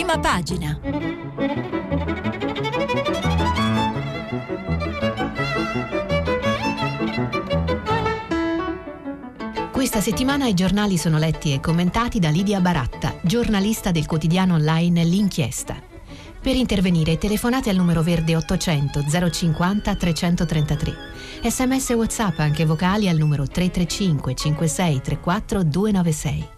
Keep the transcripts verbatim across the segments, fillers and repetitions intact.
Prima pagina. Questa settimana i giornali sono letti e commentati da Lidia Baratta, giornalista del quotidiano online L'Inchiesta. Per intervenire telefonate al numero verde ottocento zero cinquanta trecentotrentatré. Sms e WhatsApp anche vocali al numero tre tre cinque cinque sei tre quattro due nove sei.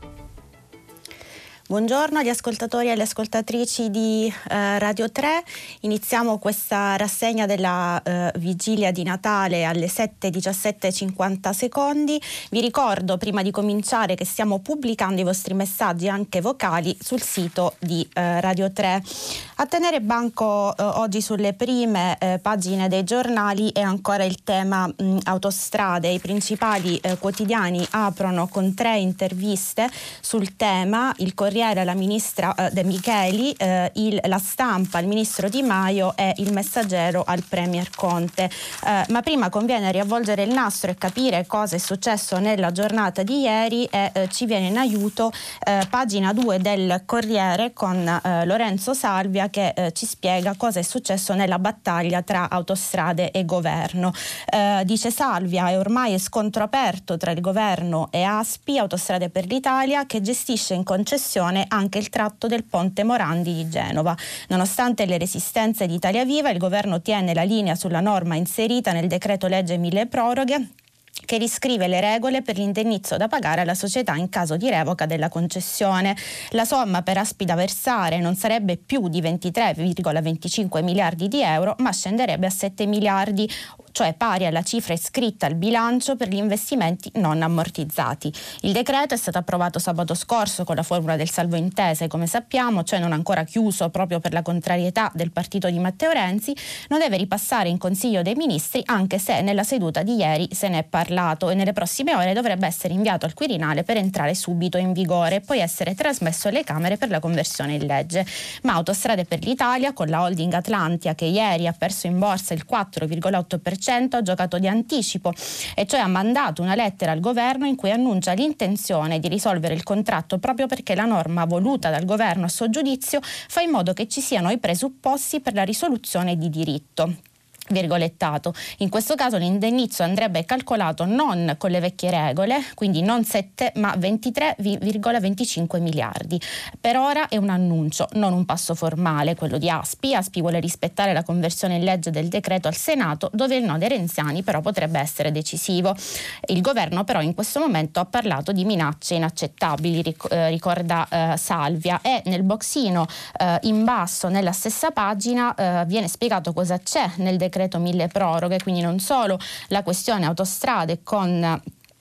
Buongiorno agli ascoltatori e alle ascoltatrici di eh, Radio tre. Iniziamo questa rassegna della eh, vigilia di Natale alle sette e diciassette e cinquanta secondi. Vi ricordo prima di cominciare che stiamo pubblicando i vostri messaggi anche vocali sul sito di eh, Radio tre. A tenere banco eh, oggi sulle prime eh, pagine dei giornali è ancora il tema mh, autostrade. I principali eh, quotidiani aprono con tre interviste sul tema: il Corriere alla ministra eh, De Micheli, eh, il, la Stampa al ministro Di Maio e il Messaggero al premier Conte. Eh, ma prima conviene riavvolgere il nastro e capire cosa è successo nella giornata di ieri e eh, ci viene in aiuto eh, pagina due del Corriere con eh, Lorenzo Salvia che eh, ci spiega cosa è successo nella battaglia tra autostrade e governo. Eh, dice Salvia: è ormai scontro aperto tra il governo e ASPI, Autostrade per l'Italia, che gestisce in concessione anche il tratto del ponte Morandi di Genova. Nonostante le resistenze di Italia Viva, il governo tiene la linea sulla norma inserita nel decreto legge mille proroghe che riscrive le regole per l'indennizzo da pagare alla società in caso di revoca della concessione. La somma per ASPI da versare non sarebbe più di ventitré virgola venticinque miliardi di euro, ma scenderebbe a sette miliardi, cioè pari alla cifra iscritta al bilancio per gli investimenti non ammortizzati. Il decreto è stato approvato sabato scorso con la formula del salvo intese, come sappiamo, cioè non ancora chiuso proprio per la contrarietà del partito di Matteo Renzi. Non deve ripassare in Consiglio dei Ministri, anche se nella seduta di ieri se ne è parlato, e nelle prossime ore dovrebbe essere inviato al Quirinale per entrare subito in vigore e poi essere trasmesso alle Camere per la conversione in legge. Ma Autostrade per l'Italia, con la holding Atlantia che ieri ha perso in borsa il quattro virgola otto per cento, ha giocato di anticipo, e cioè ha mandato una lettera al governo in cui annuncia l'intenzione di risolvere il contratto proprio perché la norma voluta dal governo a suo giudizio fa in modo che ci siano i presupposti per la risoluzione di diritto. Virgolettato. In questo caso l'indennizzo andrebbe calcolato non con le vecchie regole, quindi non sette ma ventitré virgola venticinque miliardi. Per ora è un annuncio, non un passo formale, quello di ASPI. ASPI vuole rispettare la conversione in legge del decreto al Senato, dove il no dei renziani però potrebbe essere decisivo. Il governo però in questo momento ha parlato di minacce inaccettabili, ricorda eh, Salvia, e nel boxino eh, in basso nella stessa pagina eh, viene spiegato cosa c'è nel decreto mille proroghe, quindi non solo la questione autostrade con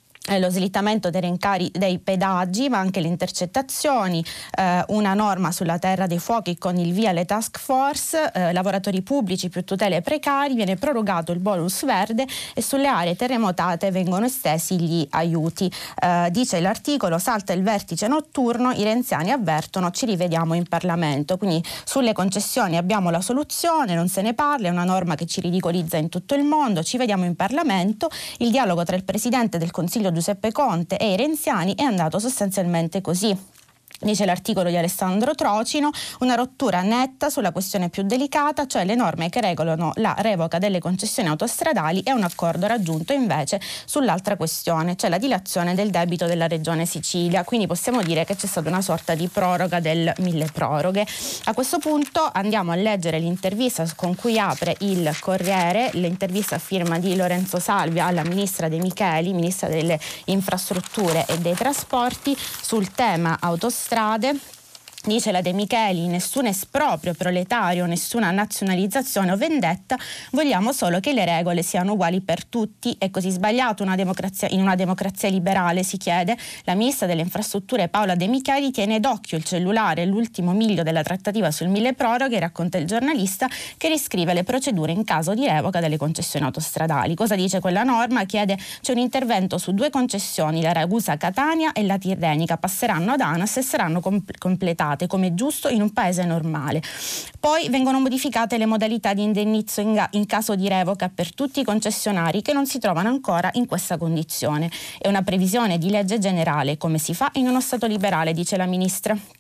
lo slittamento dei rincari dei pedaggi, ma anche le intercettazioni, eh, una norma sulla terra dei fuochi con il via alle task force, eh, lavoratori pubblici più tutele precari, viene prorogato il bonus verde e sulle aree terremotate vengono estesi gli aiuti. Eh, dice l'articolo: salta il vertice notturno, i renziani avvertono, ci rivediamo in Parlamento. Quindi sulle concessioni abbiamo la soluzione, non se ne parla, è una norma che ci ridicolizza in tutto il mondo, ci vediamo in Parlamento. Il dialogo tra il Presidente del Consiglio Giuseppe Conte e i renziani è andato sostanzialmente così. Dice l'articolo di Alessandro Trocino: una rottura netta sulla questione più delicata, cioè le norme che regolano la revoca delle concessioni autostradali, e un accordo raggiunto invece sull'altra questione, cioè la dilazione del debito della Regione Sicilia. Quindi possiamo dire che c'è stata una sorta di proroga del mille proroghe. A questo punto andiamo a leggere l'intervista con cui apre il Corriere, l'intervista a firma di Lorenzo Salvia alla ministra De Micheli, ministra delle infrastrutture e dei trasporti, sul tema autostrade. Dice la De Micheli: nessun esproprio proletario, nessuna nazionalizzazione o vendetta, vogliamo solo che le regole siano uguali per tutti. È così sbagliato una democrazia, in una democrazia liberale, si chiede. La ministra delle infrastrutture Paola De Micheli tiene d'occhio il cellulare, l'ultimo miglio della trattativa sul mille proroghe, racconta il giornalista, che riscrive le procedure in caso di revoca delle concessioni autostradali. Cosa dice quella norma? Chiede: c'è un intervento su due concessioni, la Ragusa-Catania e la Tirrenica, passeranno ad ANAS e saranno comp- completate come giusto in un paese normale. Poi vengono modificate le modalità di indennizzo in, ga- in caso di revoca per tutti i concessionari che non si trovano ancora in questa condizione. È una previsione di legge generale, come si fa in uno Stato liberale, dice la ministra.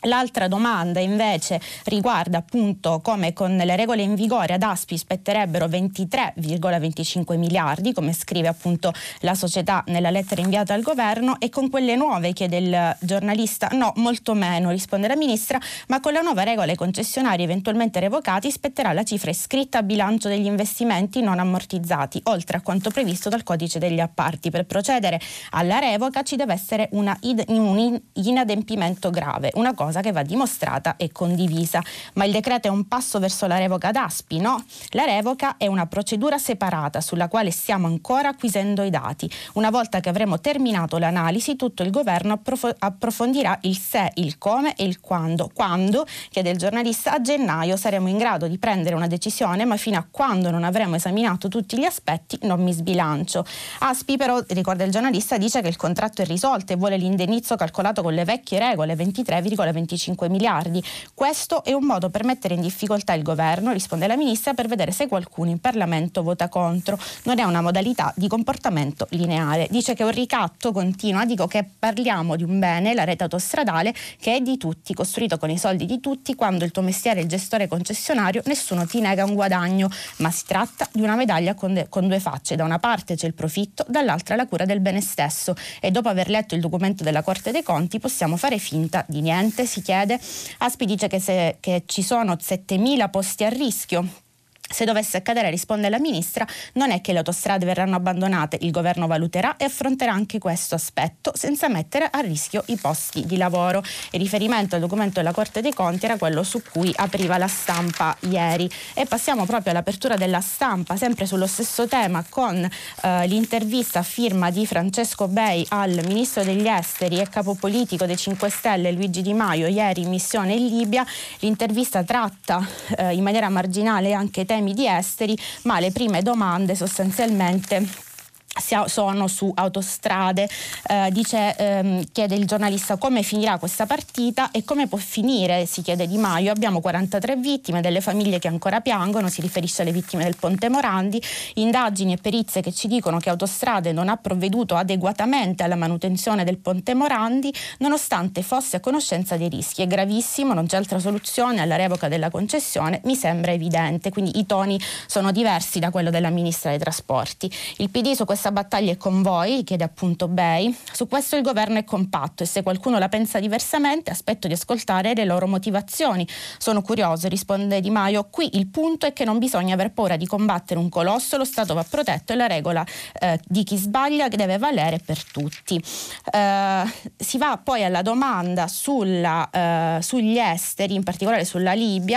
L'altra domanda invece riguarda appunto come con le regole in vigore ad Aspi spetterebbero ventitré virgola venticinque miliardi, come scrive appunto la società nella lettera inviata al governo, e con quelle nuove, chiede il giornalista. No, molto meno, risponde la ministra, ma con la nuova regola ai concessionari eventualmente revocati spetterà la cifra iscritta a bilancio degli investimenti non ammortizzati, oltre a quanto previsto dal codice degli appalti. Per procedere alla revoca ci deve essere una id- un inadempimento grave, una cosa che va dimostrata e condivisa. Ma il decreto è un passo verso la revoca ad Aspi? No, la revoca è una procedura separata sulla quale stiamo ancora acquisendo i dati. Una volta che avremo terminato l'analisi, tutto il governo approf- approfondirà il se, il come e il quando. Quando, chiede il giornalista, a gennaio saremo in grado di prendere una decisione, ma fino a quando non avremo esaminato tutti gli aspetti non mi sbilancio. Aspi però, ricorda il giornalista, dice che il contratto è risolto e vuole l'indennizzo calcolato con le vecchie regole, ventitré virgola venticinque miliardi. Questo è un modo per mettere in difficoltà il governo, risponde la ministra, per vedere se qualcuno in Parlamento vota contro. Non è una modalità di comportamento lineare. Dice che è un ricatto, continua, dico che parliamo di un bene, la rete autostradale, che è di tutti, costruito con i soldi di tutti. Quando il tuo mestiere è il gestore concessionario, nessuno ti nega un guadagno, ma si tratta di una medaglia con, de- con due facce. Da una parte c'è il profitto, dall'altra la cura del bene stesso, e dopo aver letto il documento della Corte dei Conti possiamo fare finta di niente? Si chiede. Aspi dice che, se, che ci sono settemila posti a rischio. Se dovesse accadere, risponde la ministra, non è che le autostrade verranno abbandonate, il governo valuterà e affronterà anche questo aspetto senza mettere a rischio i posti di lavoro. Il riferimento al documento della Corte dei Conti era quello su cui apriva La Stampa ieri. E passiamo proprio all'apertura della Stampa, sempre sullo stesso tema, con eh, l'intervista a firma di Francesco Bei al ministro degli esteri e capo politico dei cinque Stelle Luigi Di Maio, ieri in missione in Libia. L'intervista tratta eh, in maniera marginale anche temi di esteri, ma le prime domande sostanzialmente sono su autostrade. Eh, dice, ehm, chiede il giornalista come finirà questa partita e come può finire, si chiede Di Maio. Abbiamo quarantatré vittime, delle famiglie che ancora piangono, si riferisce alle vittime del Ponte Morandi, indagini e perizie che ci dicono che Autostrade non ha provveduto adeguatamente alla manutenzione del Ponte Morandi nonostante fosse a conoscenza dei rischi. È gravissimo, non c'è altra soluzione alla revoca della concessione, mi sembra evidente. Quindi i toni sono diversi da quello della ministra dei trasporti. Il P D su questa battaglia è con voi, chiede appunto Bei. Su questo il governo è compatto e se qualcuno la pensa diversamente aspetto di ascoltare le loro motivazioni. Sono curioso, risponde Di Maio. Qui il punto è che non bisogna aver paura di combattere un colosso, lo Stato va protetto e la regola eh, di chi sbaglia che deve valere per tutti. Eh, si va poi alla domanda sulla, eh, sugli esteri, in particolare sulla Libia.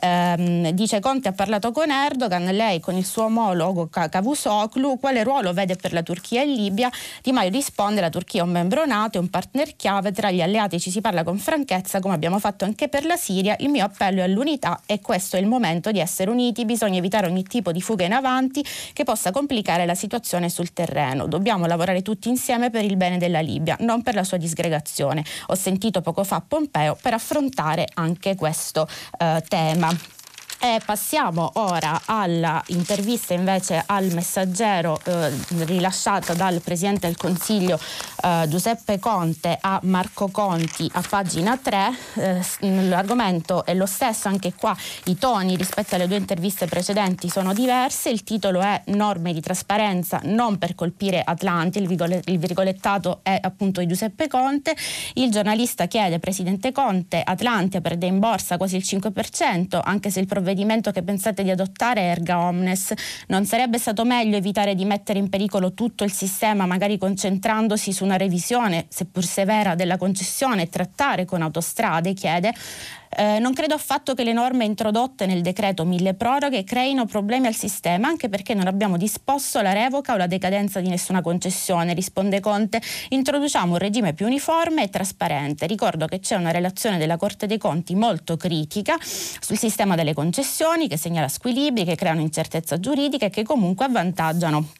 Eh, dice Conte ha parlato con Erdogan, lei con il suo omologo Cavusoglu, quale ruolo vede per la Turchia in Libia? Di Maio risponde: la Turchia è un membro NATO, è un partner chiave, tra gli alleati ci si parla con franchezza come abbiamo fatto anche per la Siria. Il mio appello è all'unità e questo è il momento di essere uniti, bisogna evitare ogni tipo di fuga in avanti che possa complicare la situazione sul terreno. Dobbiamo lavorare tutti insieme per il bene della Libia, non per la sua disgregazione. Ho sentito poco fa Pompeo per affrontare anche questo eh, tema. E passiamo ora alla intervista invece al Messaggero eh, rilasciata dal Presidente del Consiglio eh, Giuseppe Conte a Marco Conti a pagina tre. Eh, l'argomento è lo stesso, anche qua i toni rispetto alle due interviste precedenti sono diverse. Il titolo è norme di trasparenza non per colpire Atlanti, il, virgole, il virgolettato è appunto di Giuseppe Conte. Il giornalista chiede: Presidente Conte, Atlantia perde in borsa quasi il cinque per cento, anche se il provvedimento che pensate di adottare è erga omnes. Non sarebbe stato meglio evitare di mettere in pericolo tutto il sistema, magari concentrandosi su una revisione, seppur severa, della concessione e trattare con Autostrade? Chiede. Eh, non credo affatto che le norme introdotte nel decreto mille proroghe creino problemi al sistema, anche perché non abbiamo disposto la revoca o la decadenza di nessuna concessione, risponde Conte. Introduciamo un regime più uniforme e trasparente. Ricordo che c'è una relazione della Corte dei Conti molto critica sul sistema delle concessioni, che segnala squilibri, che creano incertezza giuridica e che comunque avvantaggiano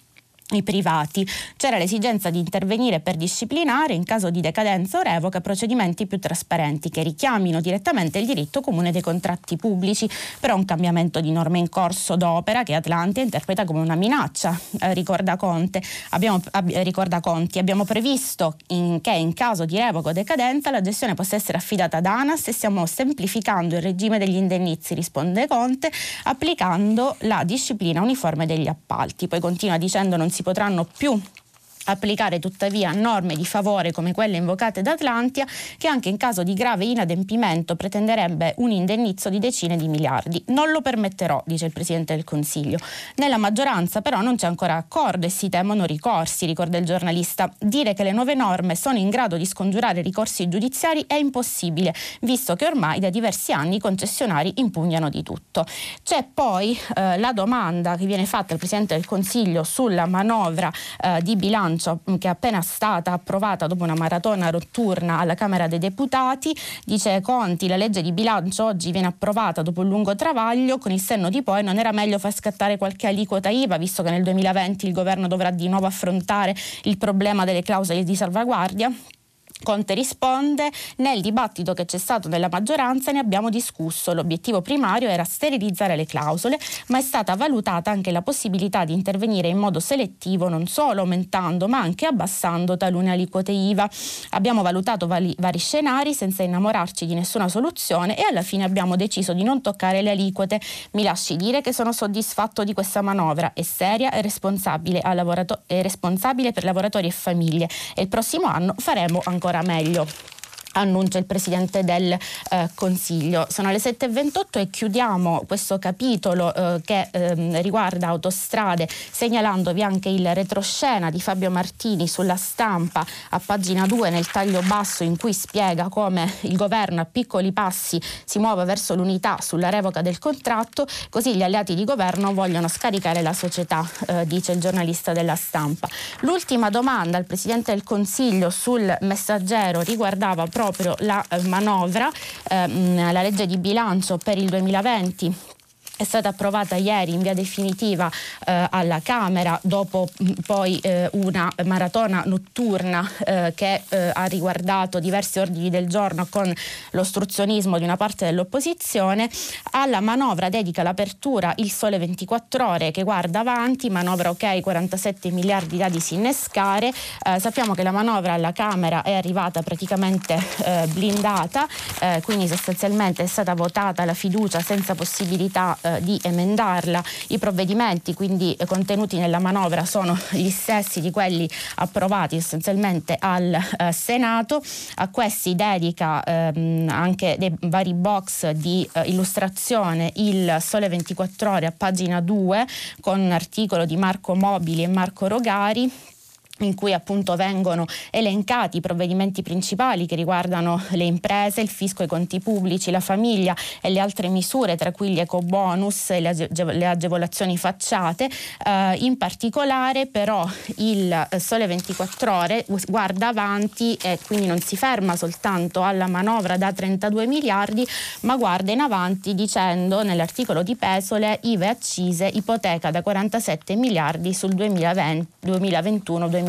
i privati. C'era l'esigenza di intervenire per disciplinare, in caso di decadenza o revoca, procedimenti più trasparenti che richiamino direttamente il diritto comune dei contratti pubblici, però un cambiamento di norme in corso d'opera che Atlantia interpreta come una minaccia, eh, ricorda Conte. Abbiamo, ab, ricorda Conti. Abbiamo previsto in, che in caso di revoca o decadenza la gestione possa essere affidata ad ANAS e stiamo semplificando il regime degli indennizzi, risponde Conte, applicando la disciplina uniforme degli appalti. Poi continua dicendo: non si si potranno più applicare tuttavia norme di favore come quelle invocate da Atlantia, che anche in caso di grave inadempimento pretenderebbe un indennizzo di decine di miliardi. Non lo permetterò, dice il Presidente del Consiglio. Nella maggioranza però non c'è ancora accordo e si temono ricorsi, ricorda il giornalista. Dire che le nuove norme sono in grado di scongiurare ricorsi giudiziari è impossibile, visto che ormai da diversi anni i concessionari impugnano di tutto. C'è poi eh, la domanda che viene fatta al Presidente del Consiglio sulla manovra eh, di bilancio che è appena stata approvata dopo una maratona notturna alla Camera dei Deputati. Dice Conti: la legge di bilancio oggi viene approvata dopo un lungo travaglio, con il senno di poi non era meglio far scattare qualche aliquota I V A, visto che nel duemilaventi il governo dovrà di nuovo affrontare il problema delle clausole di salvaguardia? Conte risponde: nel dibattito che c'è stato nella maggioranza ne abbiamo discusso, l'obiettivo primario era sterilizzare le clausole, ma è stata valutata anche la possibilità di intervenire in modo selettivo, non solo aumentando ma anche abbassando talune aliquote I V A. Abbiamo valutato vari, vari scenari senza innamorarci di nessuna soluzione e alla fine abbiamo deciso di non toccare le aliquote. Mi lasci dire che sono soddisfatto di questa manovra, è seria e responsabile, a lavorato- è responsabile per lavoratori e famiglie, e il prossimo anno faremo ancora meglio, annuncia il Presidente del eh, Consiglio. Sono le sette e ventotto e chiudiamo questo capitolo eh, che eh, riguarda autostrade segnalandovi anche il retroscena di Fabio Martini sulla Stampa a pagina due nel taglio basso, in cui spiega come il governo a piccoli passi si muove verso l'unità sulla revoca del contratto, così gli alleati di governo vogliono scaricare la società, eh, dice il giornalista della Stampa. L'ultima domanda al Presidente del Consiglio sul Messaggero riguardava proprio la manovra, ehm, la legge di bilancio per il duemilaventi. È stata approvata ieri in via definitiva eh, alla Camera, dopo mh, poi eh, una maratona notturna eh, che eh, ha riguardato diversi ordini del giorno con l'ostruzionismo di una parte dell'opposizione. Alla manovra dedica l'apertura Il Sole ventiquattro Ore, che guarda avanti, manovra ok, quarantasette miliardi da disinnescare. Eh, sappiamo che la manovra alla Camera è arrivata praticamente eh, blindata, eh, quindi sostanzialmente è stata votata la fiducia senza possibilità eh, di emendarla. I provvedimenti quindi contenuti nella manovra sono gli stessi di quelli approvati essenzialmente al eh, Senato. A questi dedica ehm, anche dei vari box di eh, illustrazione Il Sole ventiquattro Ore a pagina due, con un articolo di Marco Mobili e Marco Rogari, in cui appunto vengono elencati i provvedimenti principali che riguardano le imprese, il fisco, i conti pubblici, la famiglia e le altre misure, tra cui gli ecobonus e le, age- le agevolazioni facciate. Eh, in particolare però il Sole ventiquattro Ore guarda avanti e quindi non si ferma soltanto alla manovra da trentadue miliardi, ma guarda in avanti dicendo nell'articolo di Pesole: I V A e accise, ipoteca da quarantasette miliardi sul duemilaventi, duemilaventuno duemilaventidue.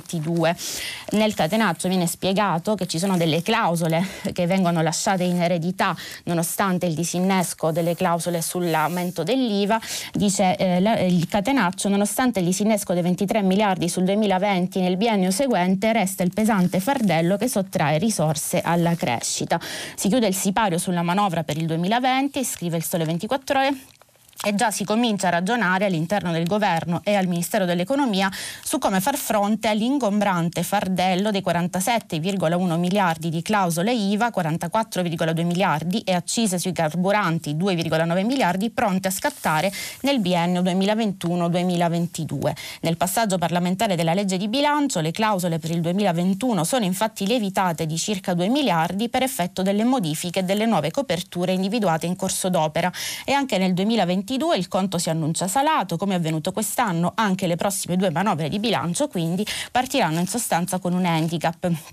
Nel catenaccio viene spiegato che ci sono delle clausole che vengono lasciate in eredità nonostante il disinnesco delle clausole sull'aumento dell'I V A. Dice eh, la, il catenaccio: nonostante il disinnesco dei ventitré miliardi sul duemilaventi, nel biennio seguente resta il pesante fardello che sottrae risorse alla crescita. Si chiude il sipario sulla manovra per il duemilaventi, scrive il Sole ventiquattro Ore, e già si comincia a ragionare all'interno del governo e al Ministero dell'Economia su come far fronte all'ingombrante fardello dei quarantasette virgola uno miliardi di clausole I V A, quarantaquattro virgola due miliardi e accise sui carburanti, due virgola nove miliardi, pronte a scattare nel biennio duemilaventuno duemilaventidue. Nel passaggio parlamentare della legge di bilancio, le clausole per il duemilaventuno sono infatti lievitate di circa due miliardi per effetto delle modifiche e delle nuove coperture individuate in corso d'opera, e anche nel duemilaventidue il conto si annuncia salato. Come è avvenuto quest'anno, anche le prossime due manovre di bilancio quindi partiranno in sostanza con un handicap.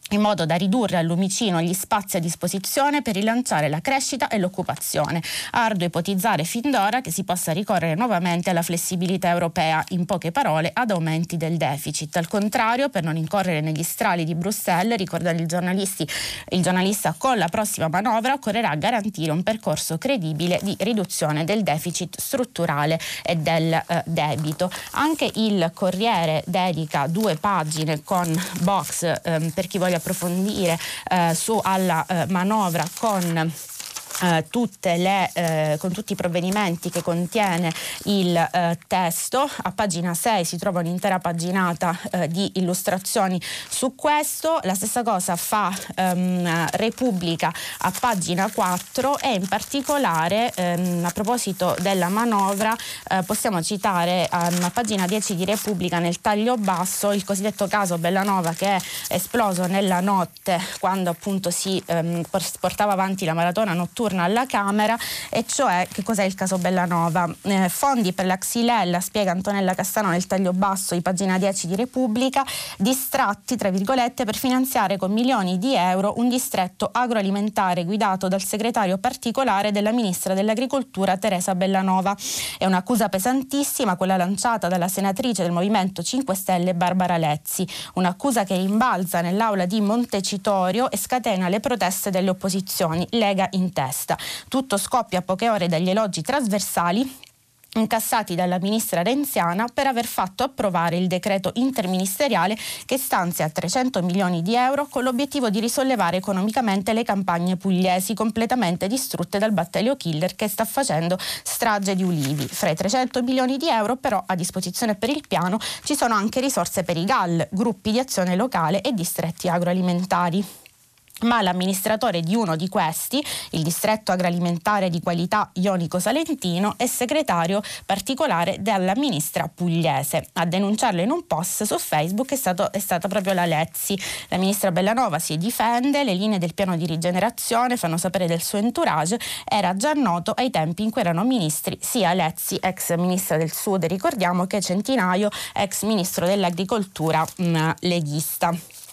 in modo da ridurre al lumicino gli spazi a disposizione per rilanciare la crescita e l'occupazione. Arduo ipotizzare fin d'ora che si possa ricorrere nuovamente alla flessibilità europea, in poche parole ad aumenti del deficit. Al contrario, per non incorrere negli strali di Bruxelles, ricordano i giornalisti, il giornalista, con la prossima manovra occorrerà garantire un percorso credibile di riduzione del deficit strutturale e del eh, debito. Anche il Corriere dedica due pagine con box eh, per chi voglia approfondire eh, su alla eh, manovra con Uh, tutte le, uh, con tutti i provvedimenti che contiene il uh, testo. A pagina sei si trova un'intera paginata uh, di illustrazioni su questo. La stessa cosa fa um, Repubblica a pagina quattro, e in particolare um, a proposito della manovra uh, possiamo citare um, a pagina dieci di Repubblica, nel taglio basso, il cosiddetto caso Bellanova, che è esploso nella notte quando appunto si um, portava avanti la maratona notturna alla Camera. E cioè, che cos'è il caso Bellanova? Eh, fondi per la Xylella, spiega Antonella Castano nel taglio basso di pagina dieci di Repubblica, distratti tra virgolette per finanziare con milioni di euro un distretto agroalimentare guidato dal segretario particolare della ministra dell'Agricoltura Teresa Bellanova. È un'accusa pesantissima quella lanciata dalla senatrice del Movimento cinque Stelle Barbara Lezzi, un'accusa che rimbalza nell'aula di Montecitorio e scatena le proteste delle opposizioni, Lega in testa. Tutto scoppia a poche ore dagli elogi trasversali incassati dalla ministra renziana per aver fatto approvare il decreto interministeriale che stanzia trecento milioni di euro con l'obiettivo di risollevare economicamente le campagne pugliesi completamente distrutte dal battelio killer che sta facendo strage di ulivi. Fra i trecento milioni di euro però a disposizione per il piano ci sono anche risorse per i G A L, gruppi di azione locale e distretti agroalimentari. Ma l'amministratore di uno di questi, il distretto agroalimentare di qualità Ionico Salentino, è segretario particolare della ministra pugliese. A denunciarlo in un post su Facebook è, stato, è stata proprio la Lezzi. La ministra Bellanova si difende, le linee del piano di rigenerazione fanno sapere del suo entourage, era già noto ai tempi in cui erano ministri sia Lezzi, ex ministra del Sud, ricordiamo, che Centinaio, ex ministro dell'agricoltura mh, leghista.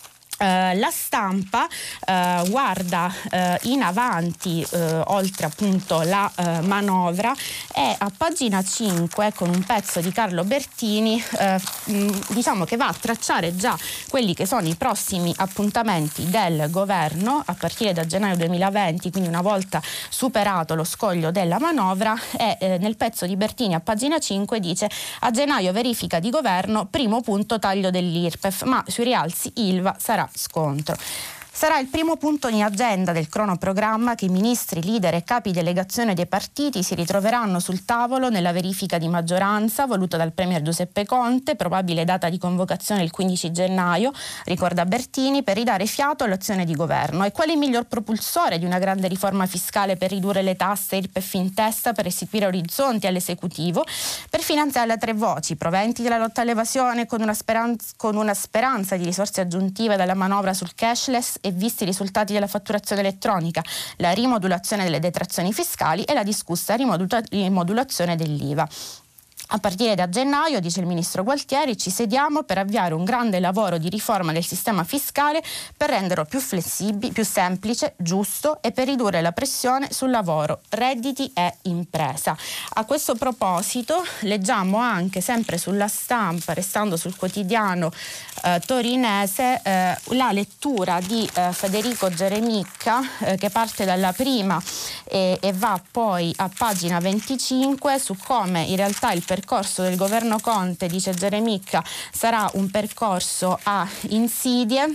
Uh, la Stampa uh, guarda uh, in avanti, uh, oltre appunto la uh, manovra, e a pagina cinque, con un pezzo di Carlo Bertini, uh, mh, diciamo che va a tracciare già quelli che sono i prossimi appuntamenti del governo a partire da gennaio duemilaventi, quindi una volta superato lo scoglio della manovra. E eh, nel pezzo di Bertini a pagina cinque dice: a gennaio verifica di governo, primo punto taglio dell'I R P E F, ma sui rialzi I L V A sarà scontro. Sarà il primo punto in agenda del cronoprogramma che i ministri, leader e capi delegazione dei partiti si ritroveranno sul tavolo nella verifica di maggioranza voluta dal premier Giuseppe Conte, probabile data di convocazione il quindici gennaio, ricorda Bertini, per ridare fiato all'azione di governo. E qual è il miglior propulsore di una grande riforma fiscale per ridurre le tasse I R P E F in testa, per restituire orizzonti all'esecutivo, per finanziare a tre voci, proventi della lotta all'evasione con una speranza, con una speranza di risorse aggiuntive dalla manovra sul cashless e visti i risultati della fatturazione elettronica, la rimodulazione delle detrazioni fiscali e la discussa rimodula- rimodulazione dell'I V A. A partire da gennaio, dice il ministro Gualtieri, ci sediamo per avviare un grande lavoro di riforma del sistema fiscale per renderlo più flessibile, più semplice, giusto e per ridurre la pressione sul lavoro, redditi e impresa. A questo proposito leggiamo anche, sempre sulla Stampa, restando sul quotidiano eh, torinese, eh, la lettura di eh, Federico Geremicca eh, che parte dalla prima e, e va poi a pagina venticinque su come in realtà il percorso percorso del governo Conte, dice Geremicca, sarà un percorso a insidie.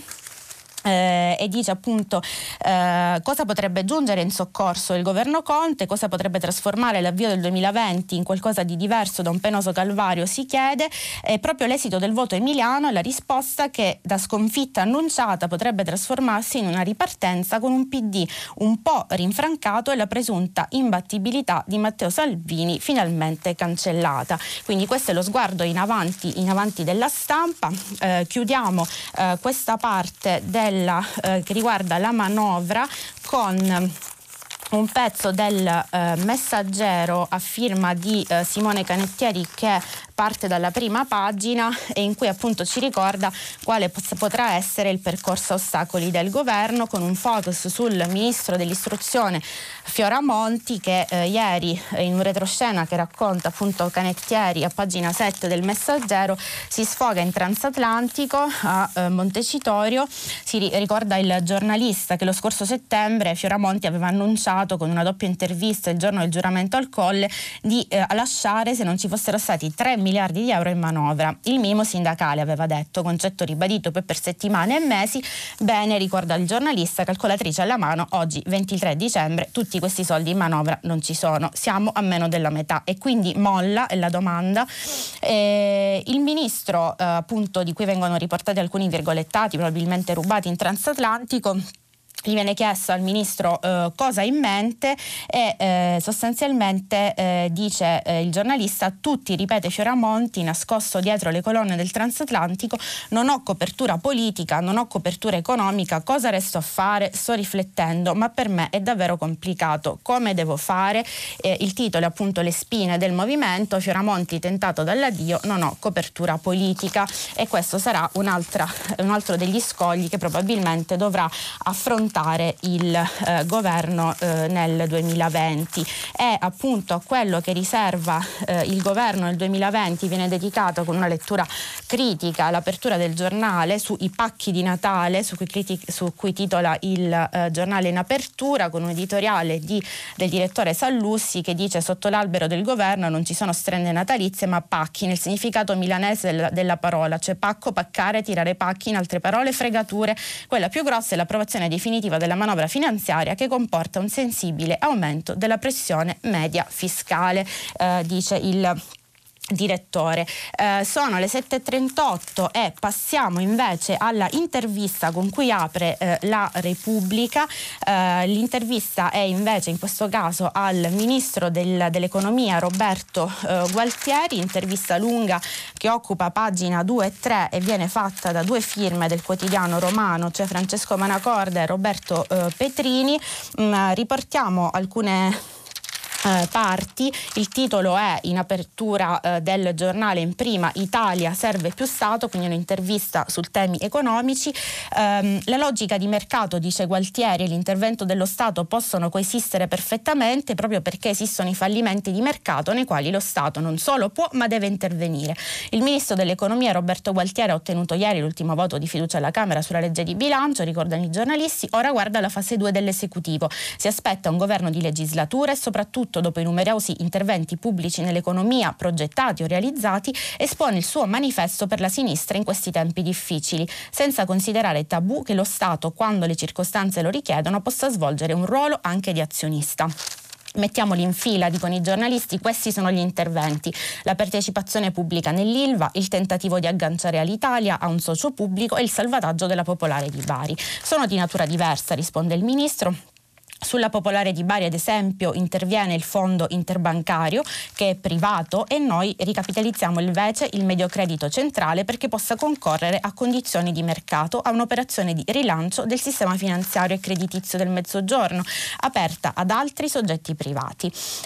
Eh, e dice appunto eh, cosa potrebbe giungere in soccorso il governo Conte, cosa potrebbe trasformare l'avvio del duemilaventi in qualcosa di diverso da un penoso calvario, si chiede. E proprio l'esito del voto emiliano è la risposta che da sconfitta annunciata potrebbe trasformarsi in una ripartenza con un P D un po' rinfrancato e la presunta imbattibilità di Matteo Salvini finalmente cancellata. Quindi questo è lo sguardo in avanti, in avanti della Stampa. Eh, chiudiamo eh, questa parte del Eh, che riguarda la manovra con un pezzo del eh, Messaggero a firma di eh, Simone Canettieri che parte dalla prima pagina e in cui appunto ci ricorda quale potrà essere il percorso a ostacoli del governo, con un focus sul ministro dell'istruzione Fioramonti, che eh, ieri eh, in un retroscena che racconta appunto Canettieri a pagina sette del Messaggero si sfoga in transatlantico a eh, Montecitorio. Si ri- ricorda il giornalista che lo scorso settembre Fioramonti aveva annunciato con una doppia intervista il giorno del giuramento al Colle di eh, lasciare se non ci fossero stati tre miliardi di euro in manovra. Il minimo sindacale, aveva detto, concetto ribadito poi per settimane e mesi. Bene, ricorda il giornalista, calcolatrice alla mano, oggi ventitré dicembre, tutti questi soldi in manovra non ci sono, siamo a meno della metà e quindi molla è la domanda. Eh, il ministro eh, appunto di cui vengono riportati alcuni virgolettati probabilmente rubati in transatlantico, gli viene chiesto al ministro eh, cosa ha in mente e eh, sostanzialmente eh, dice eh, il giornalista, tutti, ripete Fioramonti, nascosto dietro le colonne del transatlantico, non ho copertura politica, non ho copertura economica, cosa resto a fare? Sto riflettendo, ma per me è davvero complicato, come devo fare? Eh, il titolo è appunto Le spine del movimento, Fioramonti tentato dall'addio, non ho copertura politica, e questo sarà un'altra, un altro degli scogli che probabilmente dovrà affrontare il eh, governo eh, nel duemilaventi. È appunto a quello che riserva eh, il governo nel duemilaventi viene dedicato, con una lettura critica, l'apertura del giornale sui pacchi di Natale, su cui, critic- su cui titola il eh, giornale in apertura, con un editoriale di, del direttore Sallussi che dice: sotto l'albero del governo non ci sono strende natalizie ma pacchi, nel significato milanese della, della parola, cioè pacco, paccare, tirare pacchi, in altre parole fregature. Quella più grossa è l'approvazione definitiva della manovra finanziaria, che comporta un sensibile aumento della pressione media fiscale, eh, dice il direttore. Eh, sono le sette e trentotto e passiamo invece alla intervista con cui apre eh, la Repubblica. Eh, l'intervista è invece in questo caso al ministro del, dell'economia Roberto eh, Gualtieri, intervista lunga che occupa pagina due e tre e viene fatta da due firme del quotidiano romano, cioè Francesco Manacorda e Roberto eh, Petrini. Mm, riportiamo alcune Eh, parti. Il titolo è in apertura eh, del giornale in prima: Italia serve più Stato, quindi un'intervista sul temi economici. Um, la logica di mercato, dice Gualtieri, e l'intervento dello Stato possono coesistere perfettamente proprio perché esistono i fallimenti di mercato nei quali lo Stato non solo può ma deve intervenire. Il ministro dell'economia Roberto Gualtieri ha ottenuto ieri l'ultimo voto di fiducia alla Camera sulla legge di bilancio, ricordano i giornalisti. Ora guarda la fase due dell'esecutivo, si aspetta un governo di legislatura e soprattutto, dopo i numerosi interventi pubblici nell'economia progettati o realizzati, espone il suo manifesto per la sinistra in questi tempi difficili, senza considerare tabù che lo Stato, quando le circostanze lo richiedono, possa svolgere un ruolo anche di azionista. Mettiamoli in fila, dicono i giornalisti, questi sono gli interventi: la partecipazione pubblica nell'Ilva, il tentativo di agganciare all'Italia a un socio pubblico e il salvataggio della Popolare di Bari. Sono di natura diversa, risponde il ministro. Sulla Popolare di Bari, ad esempio, interviene il fondo interbancario, che è privato, e noi ricapitalizziamo invece il Mediocredito Centrale perché possa concorrere a condizioni di mercato a un'operazione di rilancio del sistema finanziario e creditizio del Mezzogiorno, aperta ad altri soggetti privati.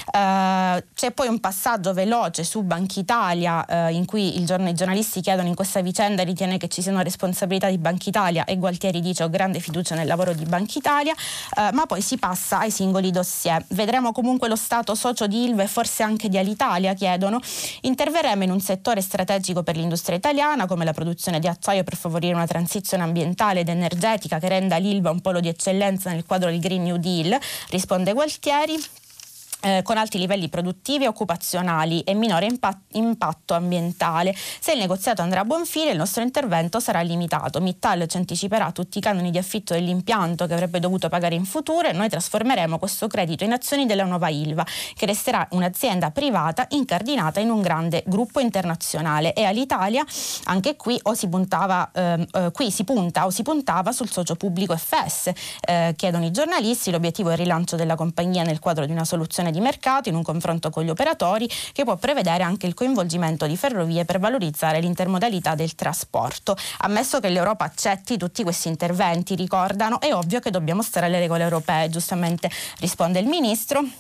Uh, c'è poi un passaggio veloce su Bankitalia, uh, in cui il giorno, i giornalisti chiedono: in questa vicenda ritiene che ci siano responsabilità di Bankitalia? E Gualtieri dice: ho grande fiducia nel lavoro di Bankitalia, uh, ma poi si passa ai singoli dossier. Vedremo comunque lo Stato socio di Ilva e forse anche di Alitalia, chiedono. Interverremo in un settore strategico per l'industria italiana, come la produzione di acciaio, per favorire una transizione ambientale ed energetica che renda l'Ilva un polo di eccellenza nel quadro del Green New Deal, risponde Gualtieri. Eh, con alti livelli produttivi e occupazionali e minore impatt- impatto ambientale. Se il negoziato andrà a buon fine, il nostro intervento sarà limitato. Mittal ci anticiperà tutti i canoni di affitto dell'impianto che avrebbe dovuto pagare in futuro e noi trasformeremo questo credito in azioni della nuova Ilva, che resterà un'azienda privata incardinata in un grande gruppo internazionale. E all'Italia, anche qui o si puntava eh, eh, qui si punta o si puntava sul socio pubblico F S, eh, chiedono i giornalisti. L'obiettivo è il rilancio della compagnia nel quadro di una soluzione di mercato in un confronto con gli operatori, che può prevedere anche il coinvolgimento di ferrovie per valorizzare l'intermodalità del trasporto. Ammesso che l'Europa accetti tutti questi interventi, ricordano, è ovvio che dobbiamo stare alle regole europee, giustamente risponde il ministro.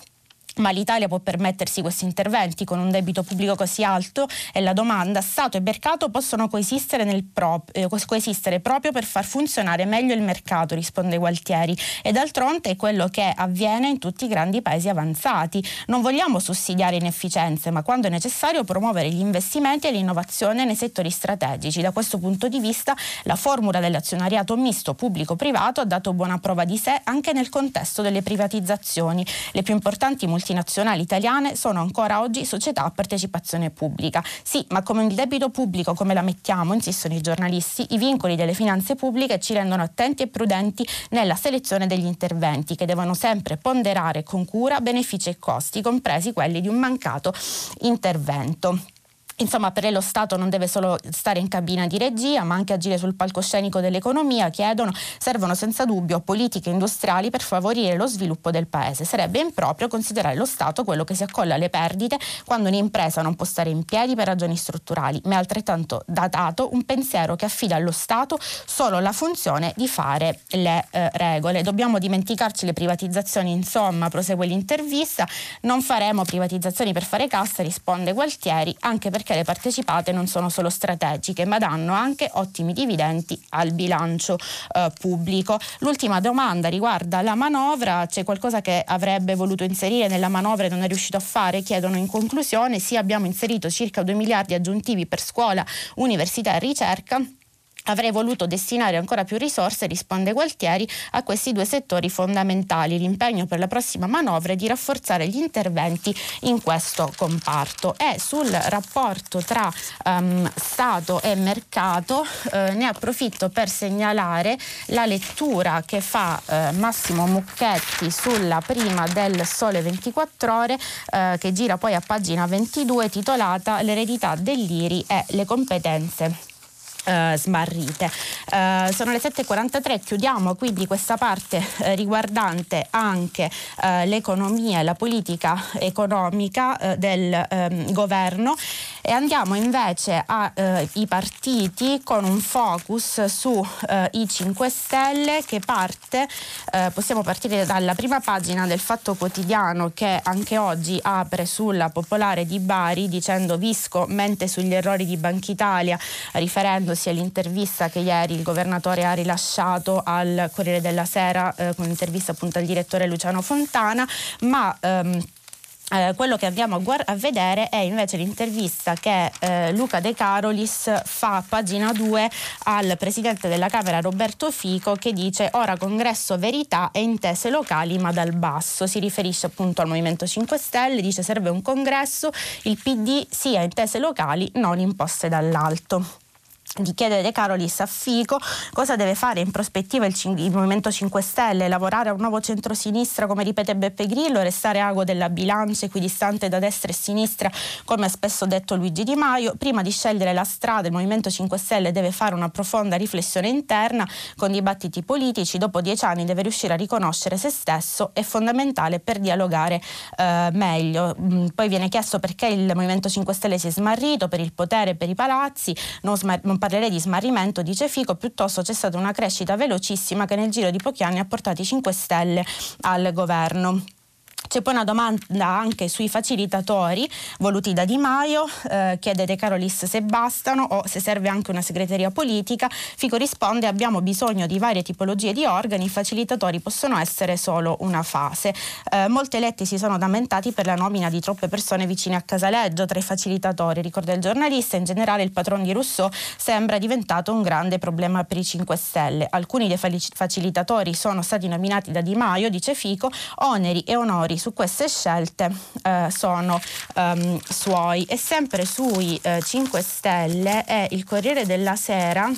Ma l'Italia può permettersi questi interventi con un debito pubblico così alto? E la domanda: Stato e mercato possono coesistere, nel pro- eh, coesistere proprio per far funzionare meglio il mercato, risponde Gualtieri. E d'altronde è quello che avviene in tutti i grandi paesi avanzati. Non vogliamo sussidiare inefficienze, ma quando è necessario promuovere gli investimenti e l'innovazione nei settori strategici. Da questo punto di vista la formula dell'azionariato misto pubblico-privato ha dato buona prova di sé anche nel contesto delle privatizzazioni. Le più importanti multinazionali italiane sono ancora oggi società a partecipazione pubblica. Sì, ma come il debito pubblico come la mettiamo, insistono i giornalisti, i vincoli delle finanze pubbliche ci rendono attenti e prudenti nella selezione degli interventi, che devono sempre ponderare con cura benefici e costi, compresi quelli di un mancato intervento. Insomma, per lei lo Stato non deve solo stare in cabina di regia, ma anche agire sul palcoscenico dell'economia. Chiedono, servono senza dubbio politiche industriali per favorire lo sviluppo del paese. Sarebbe improprio considerare lo Stato quello che si accolla alle perdite quando un'impresa non può stare in piedi per ragioni strutturali, ma è altrettanto datato un pensiero che affida allo Stato solo la funzione di fare le eh, regole. Dobbiamo dimenticarci le privatizzazioni, insomma, prosegue l'intervista. Non faremo privatizzazioni per fare cassa, risponde Gualtieri, anche perché le partecipate non sono solo strategiche, ma danno anche ottimi dividendi al bilancio eh, pubblico. L'ultima domanda riguarda la manovra. C'è qualcosa che avrebbe voluto inserire nella manovra e non è riuscito a fare? Chiedono in conclusione. Sì, abbiamo inserito circa due miliardi aggiuntivi per scuola, università e ricerca. Avrei voluto destinare ancora più risorse, risponde Gualtieri, a questi due settori fondamentali. L'impegno per la prossima manovra è di rafforzare gli interventi in questo comparto. E sul rapporto tra um, Stato e mercato eh, ne approfitto per segnalare la lettura che fa eh, Massimo Mucchetti sulla prima del Sole ventiquattro Ore, eh, che gira poi a pagina ventidue, titolata L'eredità dell'I R I e le competenze Uh, smarrite. Uh, sono le sette e quarantatré, chiudiamo quindi questa parte uh, riguardante anche uh, l'economia e la politica economica uh, del um, governo e andiamo invece ai uh, partiti con un focus su uh, i cinque Stelle che parte, uh, possiamo partire dalla prima pagina del Fatto Quotidiano, che anche oggi apre sulla Popolare di Bari dicendo Visco mente sugli errori di Banca Italia, riferendo sia l'intervista che ieri il governatore ha rilasciato al Corriere della Sera eh, con l'intervista appunto al direttore Luciano Fontana, ma ehm, Eh, quello che andiamo a, guard- a vedere è invece l'intervista che eh, Luca De Carolis fa a pagina due al presidente della Camera Roberto Fico, che dice ora congresso verità e intese locali ma dal basso. Si riferisce appunto al Movimento cinque Stelle, dice serve un congresso, il P D sia intese locali non imposte dall'alto. Di chiedere De Carolis a Fico cosa deve fare in prospettiva il, cin- il Movimento cinque Stelle, lavorare a un nuovo centrosinistra come ripete Beppe Grillo, restare ago della bilancia equidistante da destra e sinistra come ha spesso detto Luigi Di Maio. Prima di scegliere la strada il Movimento cinque Stelle deve fare una profonda riflessione interna con dibattiti politici, dopo dieci anni deve riuscire a riconoscere se stesso, è fondamentale per dialogare eh, meglio. Poi viene chiesto perché il Movimento cinque Stelle si è smarrito, per il potere, per i palazzi, non, smar- non parlerei di smarrimento, dice Fico, piuttosto c'è stata una crescita velocissima che nel giro di pochi anni ha portato i cinque Stelle al governo. C'è poi una domanda anche sui facilitatori voluti da Di Maio, eh, chiede De Carolis se bastano o se serve anche una segreteria politica. Fico risponde abbiamo bisogno di varie tipologie di organi, i facilitatori possono essere solo una fase. Eh, molti eletti si sono lamentati per la nomina di troppe persone vicine a Casaleggio tra i facilitatori, ricorda il giornalista. In generale il patron di Rousseau sembra diventato un grande problema per i cinque Stelle. Alcuni dei facilitatori sono stati nominati da Di Maio, dice Fico, oneri e onori su queste scelte eh, sono um, suoi. E sempre sui eh, cinque Stelle è il Corriere della Sera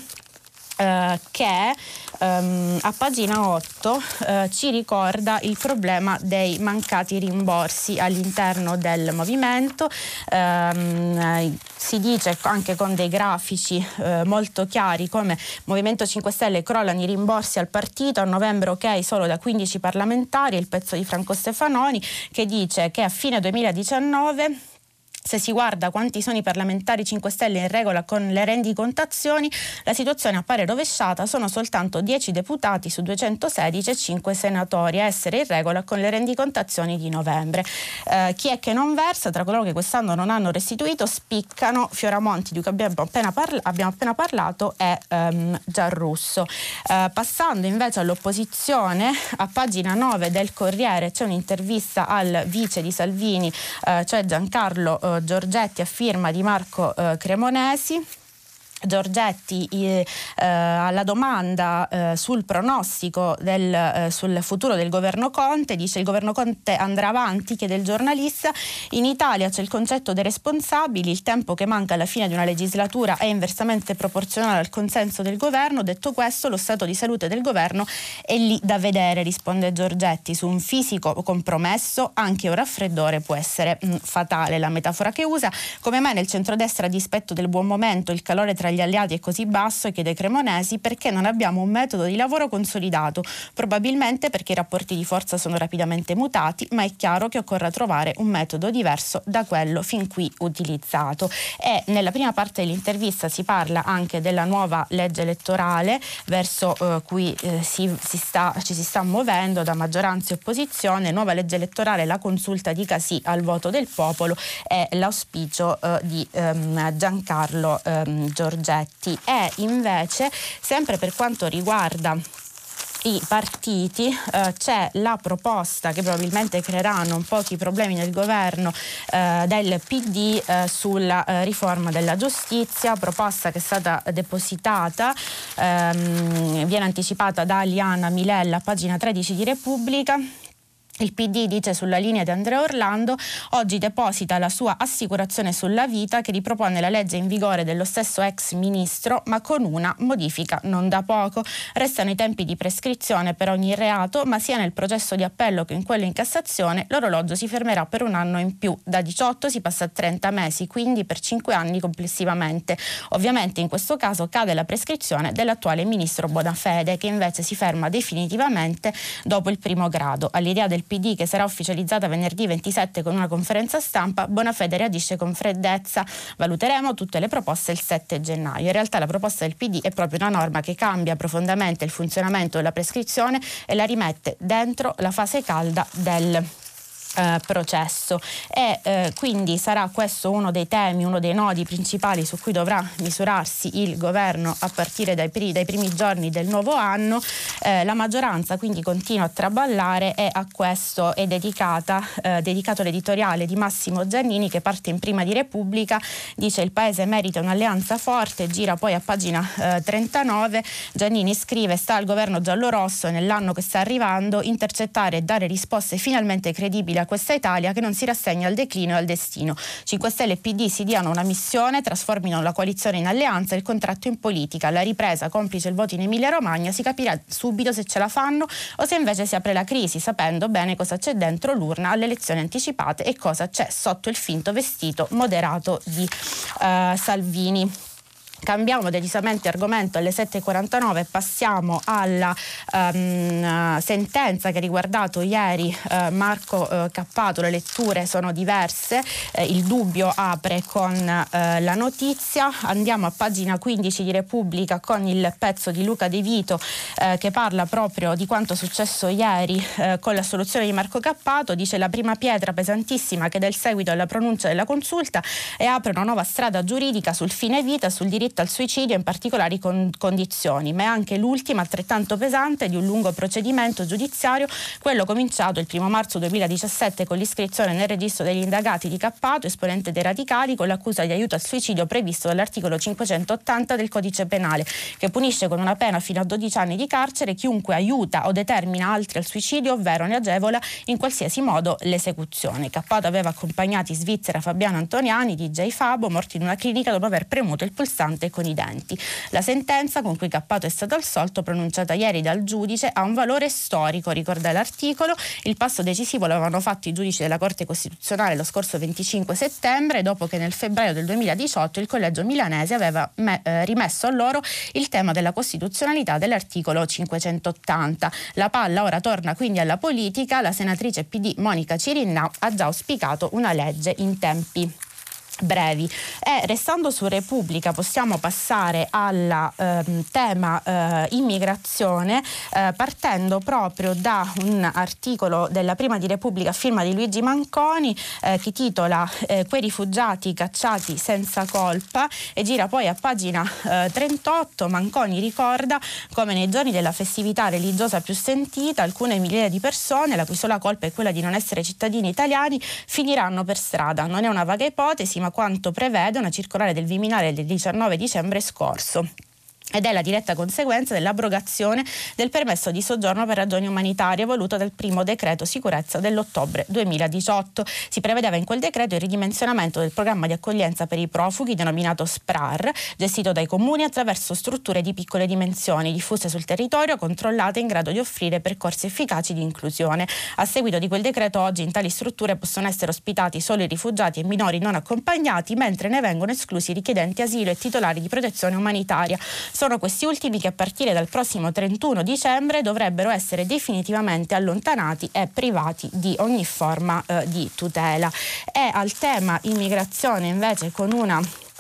Uh, che um, a pagina otto uh, ci ricorda il problema dei mancati rimborsi all'interno del movimento. Um, si dice anche con dei grafici uh, molto chiari come Movimento cinque Stelle crollano i rimborsi al partito, a novembre ok solo da quindici parlamentari, il pezzo di Franco Stefanoni che dice che a fine duemiladiciannove Se si guarda quanti sono i parlamentari cinque Stelle in regola con le rendicontazioni, la situazione appare rovesciata, sono soltanto dieci deputati su duecentosedici e cinque senatori a essere in regola con le rendicontazioni di novembre. Eh, chi è che non versa? Tra coloro che quest'anno non hanno restituito spiccano Fioramonti, di cui abbiamo appena, parla- abbiamo appena parlato, e ehm, Giarrusso. Eh, passando invece all'opposizione, a pagina nove del Corriere c'è un'intervista al vice di Salvini, eh, cioè Giancarlo eh, Giorgetti, a firma di Marco eh, Cremonesi. Giorgetti eh, alla domanda eh, sul pronostico del, eh, sul futuro del governo Conte dice: il governo Conte andrà avanti, chiede il giornalista. In Italia c'è il concetto dei responsabili, il tempo che manca alla fine di una legislatura è inversamente proporzionale al consenso del governo. Detto questo, lo stato di salute del governo è lì da vedere, risponde Giorgetti. Su un fisico compromesso anche un raffreddore può essere mh, fatale, la metafora che usa. Come mai nel centrodestra, a dispetto del buon momento, il calore tra gli alleati è così basso, chiede Cremonesi, perché non abbiamo un metodo di lavoro consolidato, probabilmente perché i rapporti di forza sono rapidamente mutati, ma è chiaro che occorra trovare un metodo diverso da quello fin qui utilizzato. E nella prima parte dell'intervista si parla anche della nuova legge elettorale verso eh, cui eh, si, si sta, ci si sta muovendo da maggioranza e opposizione. Nuova legge elettorale, la consulta dica sì al voto del popolo è l'auspicio eh, di ehm, Giancarlo ehm, Giorgetti. E invece, sempre per quanto riguarda i partiti, eh, c'è la proposta che probabilmente creerà non pochi problemi nel governo eh, del P D eh, sulla eh, riforma della giustizia, proposta che è stata depositata, ehm, viene anticipata da Aliana Milella, pagina tredici di Repubblica. Il P D dice sulla linea di Andrea Orlando: oggi deposita la sua assicurazione sulla vita che ripropone la legge in vigore dello stesso ex ministro, ma con una modifica non da poco. Restano i tempi di prescrizione per ogni reato, ma sia nel processo di appello che in quello in Cassazione l'orologio si fermerà per un anno in più. Da diciotto si passa a trenta mesi, quindi per cinque anni complessivamente. Ovviamente in questo caso cade la prescrizione dell'attuale ministro Bonafede, che invece si ferma definitivamente dopo il primo grado. All'idea del P D che sarà ufficializzata venerdì ventisette con una conferenza stampa, Bonafede reagisce con freddezza: valuteremo tutte le proposte il sette gennaio. In realtà la proposta del P D è proprio una norma che cambia profondamente il funzionamento della prescrizione e la rimette dentro la fase calda del Uh, processo e uh, quindi sarà questo uno dei temi, uno dei nodi principali su cui dovrà misurarsi il governo a partire dai, pri- dai primi giorni del nuovo anno. Uh, la maggioranza quindi continua a traballare e a questo è dedicata uh, dedicato l'editoriale di Massimo Giannini, che parte in prima di Repubblica, dice: il paese merita un'alleanza forte. Gira poi a pagina uh, trentanove, Giannini scrive: sta al governo giallorosso nell'anno che sta arrivando intercettare e dare risposte finalmente credibili a questa Italia che non si rassegna al declino e al destino. cinque Stelle e P D si diano una missione, trasformino la coalizione in alleanza e il contratto in politica. Alla ripresa, complice il voto in Emilia Romagna, si capirà subito se ce la fanno o se invece si apre la crisi, sapendo bene cosa c'è dentro l'urna alle elezioni anticipate e cosa c'è sotto il finto vestito moderato di uh, Salvini. Cambiamo decisamente argomento alle sette e quarantanove e passiamo alla um, sentenza che ha riguardato ieri uh, Marco uh, Cappato. Le letture sono diverse, eh, il dubbio apre con uh, la notizia. Andiamo a pagina quindici di Repubblica con il pezzo di Luca De Vito eh, che parla proprio di quanto successo ieri eh, con l'assoluzione di Marco Cappato. Dice: la prima pietra pesantissima che dà il seguito alla pronuncia della consulta e apre una nuova strada giuridica sul fine vita, sul diritto al suicidio in particolari con- condizioni, ma è anche l'ultima, altrettanto pesante, di un lungo procedimento giudiziario, quello cominciato il primo marzo duemiladiciassette con l'iscrizione nel registro degli indagati di Cappato, esponente dei radicali, con l'accusa di aiuto al suicidio previsto dall'articolo cinquecentottanta del Codice Penale, che punisce con una pena fino a dodici anni di carcere chiunque aiuta o determina altri al suicidio, ovvero ne agevola in qualsiasi modo l'esecuzione. Cappato aveva accompagnati in Svizzera Fabiano Antoniani, D J Fabo, morti in una clinica dopo aver premuto il pulsante con i denti. La sentenza con cui Cappato è stato assolto, pronunciata ieri dal giudice, ha un valore storico, ricorda l'articolo. Il passo decisivo lo avevano fatto i giudici della Corte Costituzionale lo scorso venticinque settembre, dopo che nel febbraio del duemiladiciotto il collegio milanese aveva me, eh, rimesso a loro il tema della costituzionalità dell'articolo cinquecentottanta. La palla ora torna quindi alla politica. La senatrice P D Monica Cirinnà ha già auspicato una legge in tempi brevi. E restando su Repubblica possiamo passare al ehm, tema eh, immigrazione, eh, partendo proprio da un articolo della Prima di Repubblica a firma di Luigi Manconi eh, che titola eh, Quei rifugiati cacciati senza colpa, e gira poi a pagina eh, trentotto. Manconi ricorda come nei giorni della festività religiosa più sentita alcune migliaia di persone, la cui sola colpa è quella di non essere cittadini italiani, finiranno per strada. Non è una vaga ipotesi, ma quanto prevede una circolare del Viminale del diciannove dicembre scorso. Ed è la diretta conseguenza dell'abrogazione del permesso di soggiorno per ragioni umanitarie voluto dal primo decreto sicurezza dell'ottobre duemiladiciotto. Si prevedeva in quel decreto il ridimensionamento del programma di accoglienza per i profughi denominato S P R A R, gestito dai comuni attraverso strutture di piccole dimensioni, diffuse sul territorio, controllate, in grado di offrire percorsi efficaci di inclusione. A seguito di quel decreto oggi in tali strutture possono essere ospitati solo i rifugiati e minori non accompagnati, mentre ne vengono esclusi i richiedenti asilo e titolari di protezione umanitaria. Sono questi ultimi che a partire dal prossimo trentuno dicembre dovrebbero essere definitivamente allontanati e privati di ogni forma eh, di tutela. E al tema immigrazione invece, con una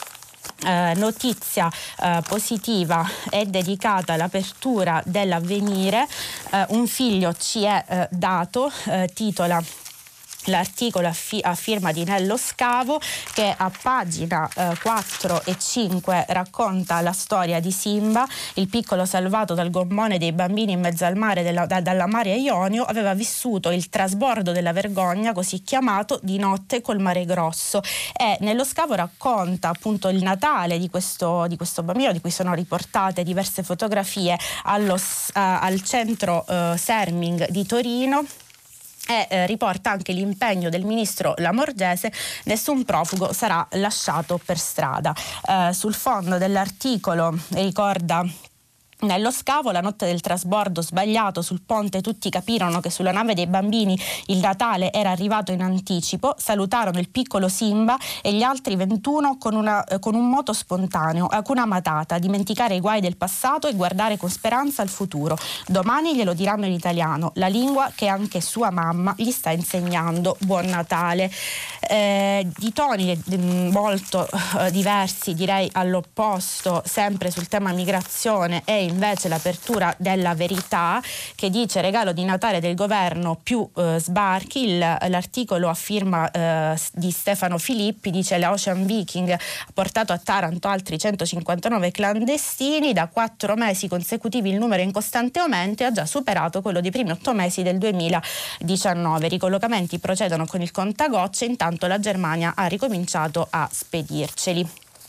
Eh, notizia eh, positiva è dedicata all'apertura dell'Avvenire. Eh, un figlio ci è eh, dato, eh, titola l'articolo a, fi- a firma di Nello Scavo, che a pagina eh, quattro e cinque racconta la storia di Simba, il piccolo salvato dal gommone dei bambini in mezzo al mare della, da, dalla Mare Ionio. Aveva vissuto il trasbordo della vergogna, così chiamato, di notte col mare grosso, e Nello Scavo racconta appunto il Natale di questo, di questo bambino, di cui sono riportate diverse fotografie allo, uh, al centro uh, Serming di Torino. E eh, riporta anche l'impegno del ministro Lamorgese: nessun profugo sarà lasciato per strada. Eh, sul fondo dell'articolo ricorda Nello Scavo: la notte del trasbordo sbagliato sul ponte tutti capirono che sulla nave dei bambini il Natale era arrivato in anticipo, salutarono il piccolo Simba e gli altri ventuno con, una, eh, con un moto spontaneo, Hakuna Matata, dimenticare i guai del passato e guardare con speranza al futuro. Domani glielo diranno in italiano, la lingua che anche sua mamma gli sta insegnando. Buon Natale. Eh, di toni eh, molto eh, diversi, direi all'opposto, sempre sul tema migrazione, e invece l'apertura della Verità, che dice regalo di Natale del governo più eh, sbarchi. Il, l'articolo a firma eh, di Stefano Filippi dice: l'Ocean Viking ha portato a Taranto altri centocinquantanove clandestini, da quattro mesi consecutivi il numero è in costante aumento e ha già superato quello dei primi otto mesi del duemiladiciannove. I ricollocamenti procedono con il contagocce, intanto la Germania ha ricominciato a spedirceli.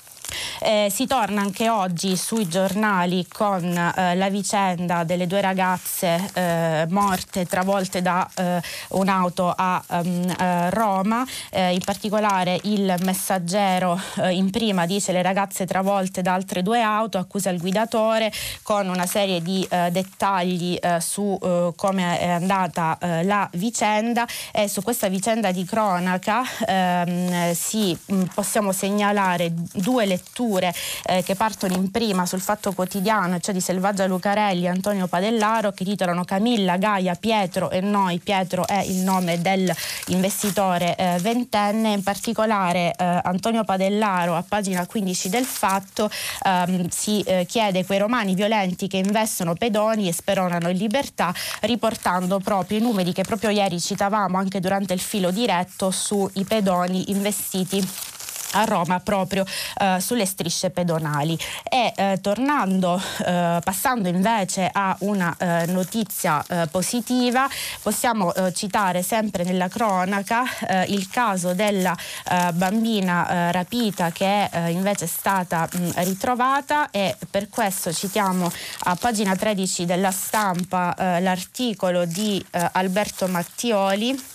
Eh, si torna anche oggi sui giornali con eh, la vicenda delle due ragazze eh, morte, travolte da eh, un'auto a um, eh, Roma. Eh, in particolare il Messaggero eh, in prima dice: le ragazze travolte da altre due auto, accusa il guidatore, con una serie di eh, dettagli eh, su eh, come è andata eh, la vicenda. E su questa vicenda di cronaca ehm, sì, mh, possiamo segnalare due letture eh, che partono in prima sul Fatto Quotidiano, cioè di Selvaggia Lucarelli e Antonio Padellaro, che titolano Camilla, Gaia, Pietro e noi. Pietro è il nome dell'investitore eh, ventenne. In particolare eh, Antonio Padellaro, a pagina quindici del Fatto, ehm, si eh, chiede quei romani violenti che investono pedoni e speronano in libertà, riportando proprio i numeri che proprio ieri citavamo anche durante il filo diretto sui pedoni investiti a Roma proprio eh, sulle strisce pedonali. E eh, tornando, eh, passando invece a una eh, notizia eh, positiva, possiamo eh, citare sempre nella cronaca eh, il caso della eh, bambina eh, rapita, che è eh, invece stata mh, ritrovata, e per questo citiamo a pagina tredici della Stampa eh, l'articolo di eh, Alberto Mattioli,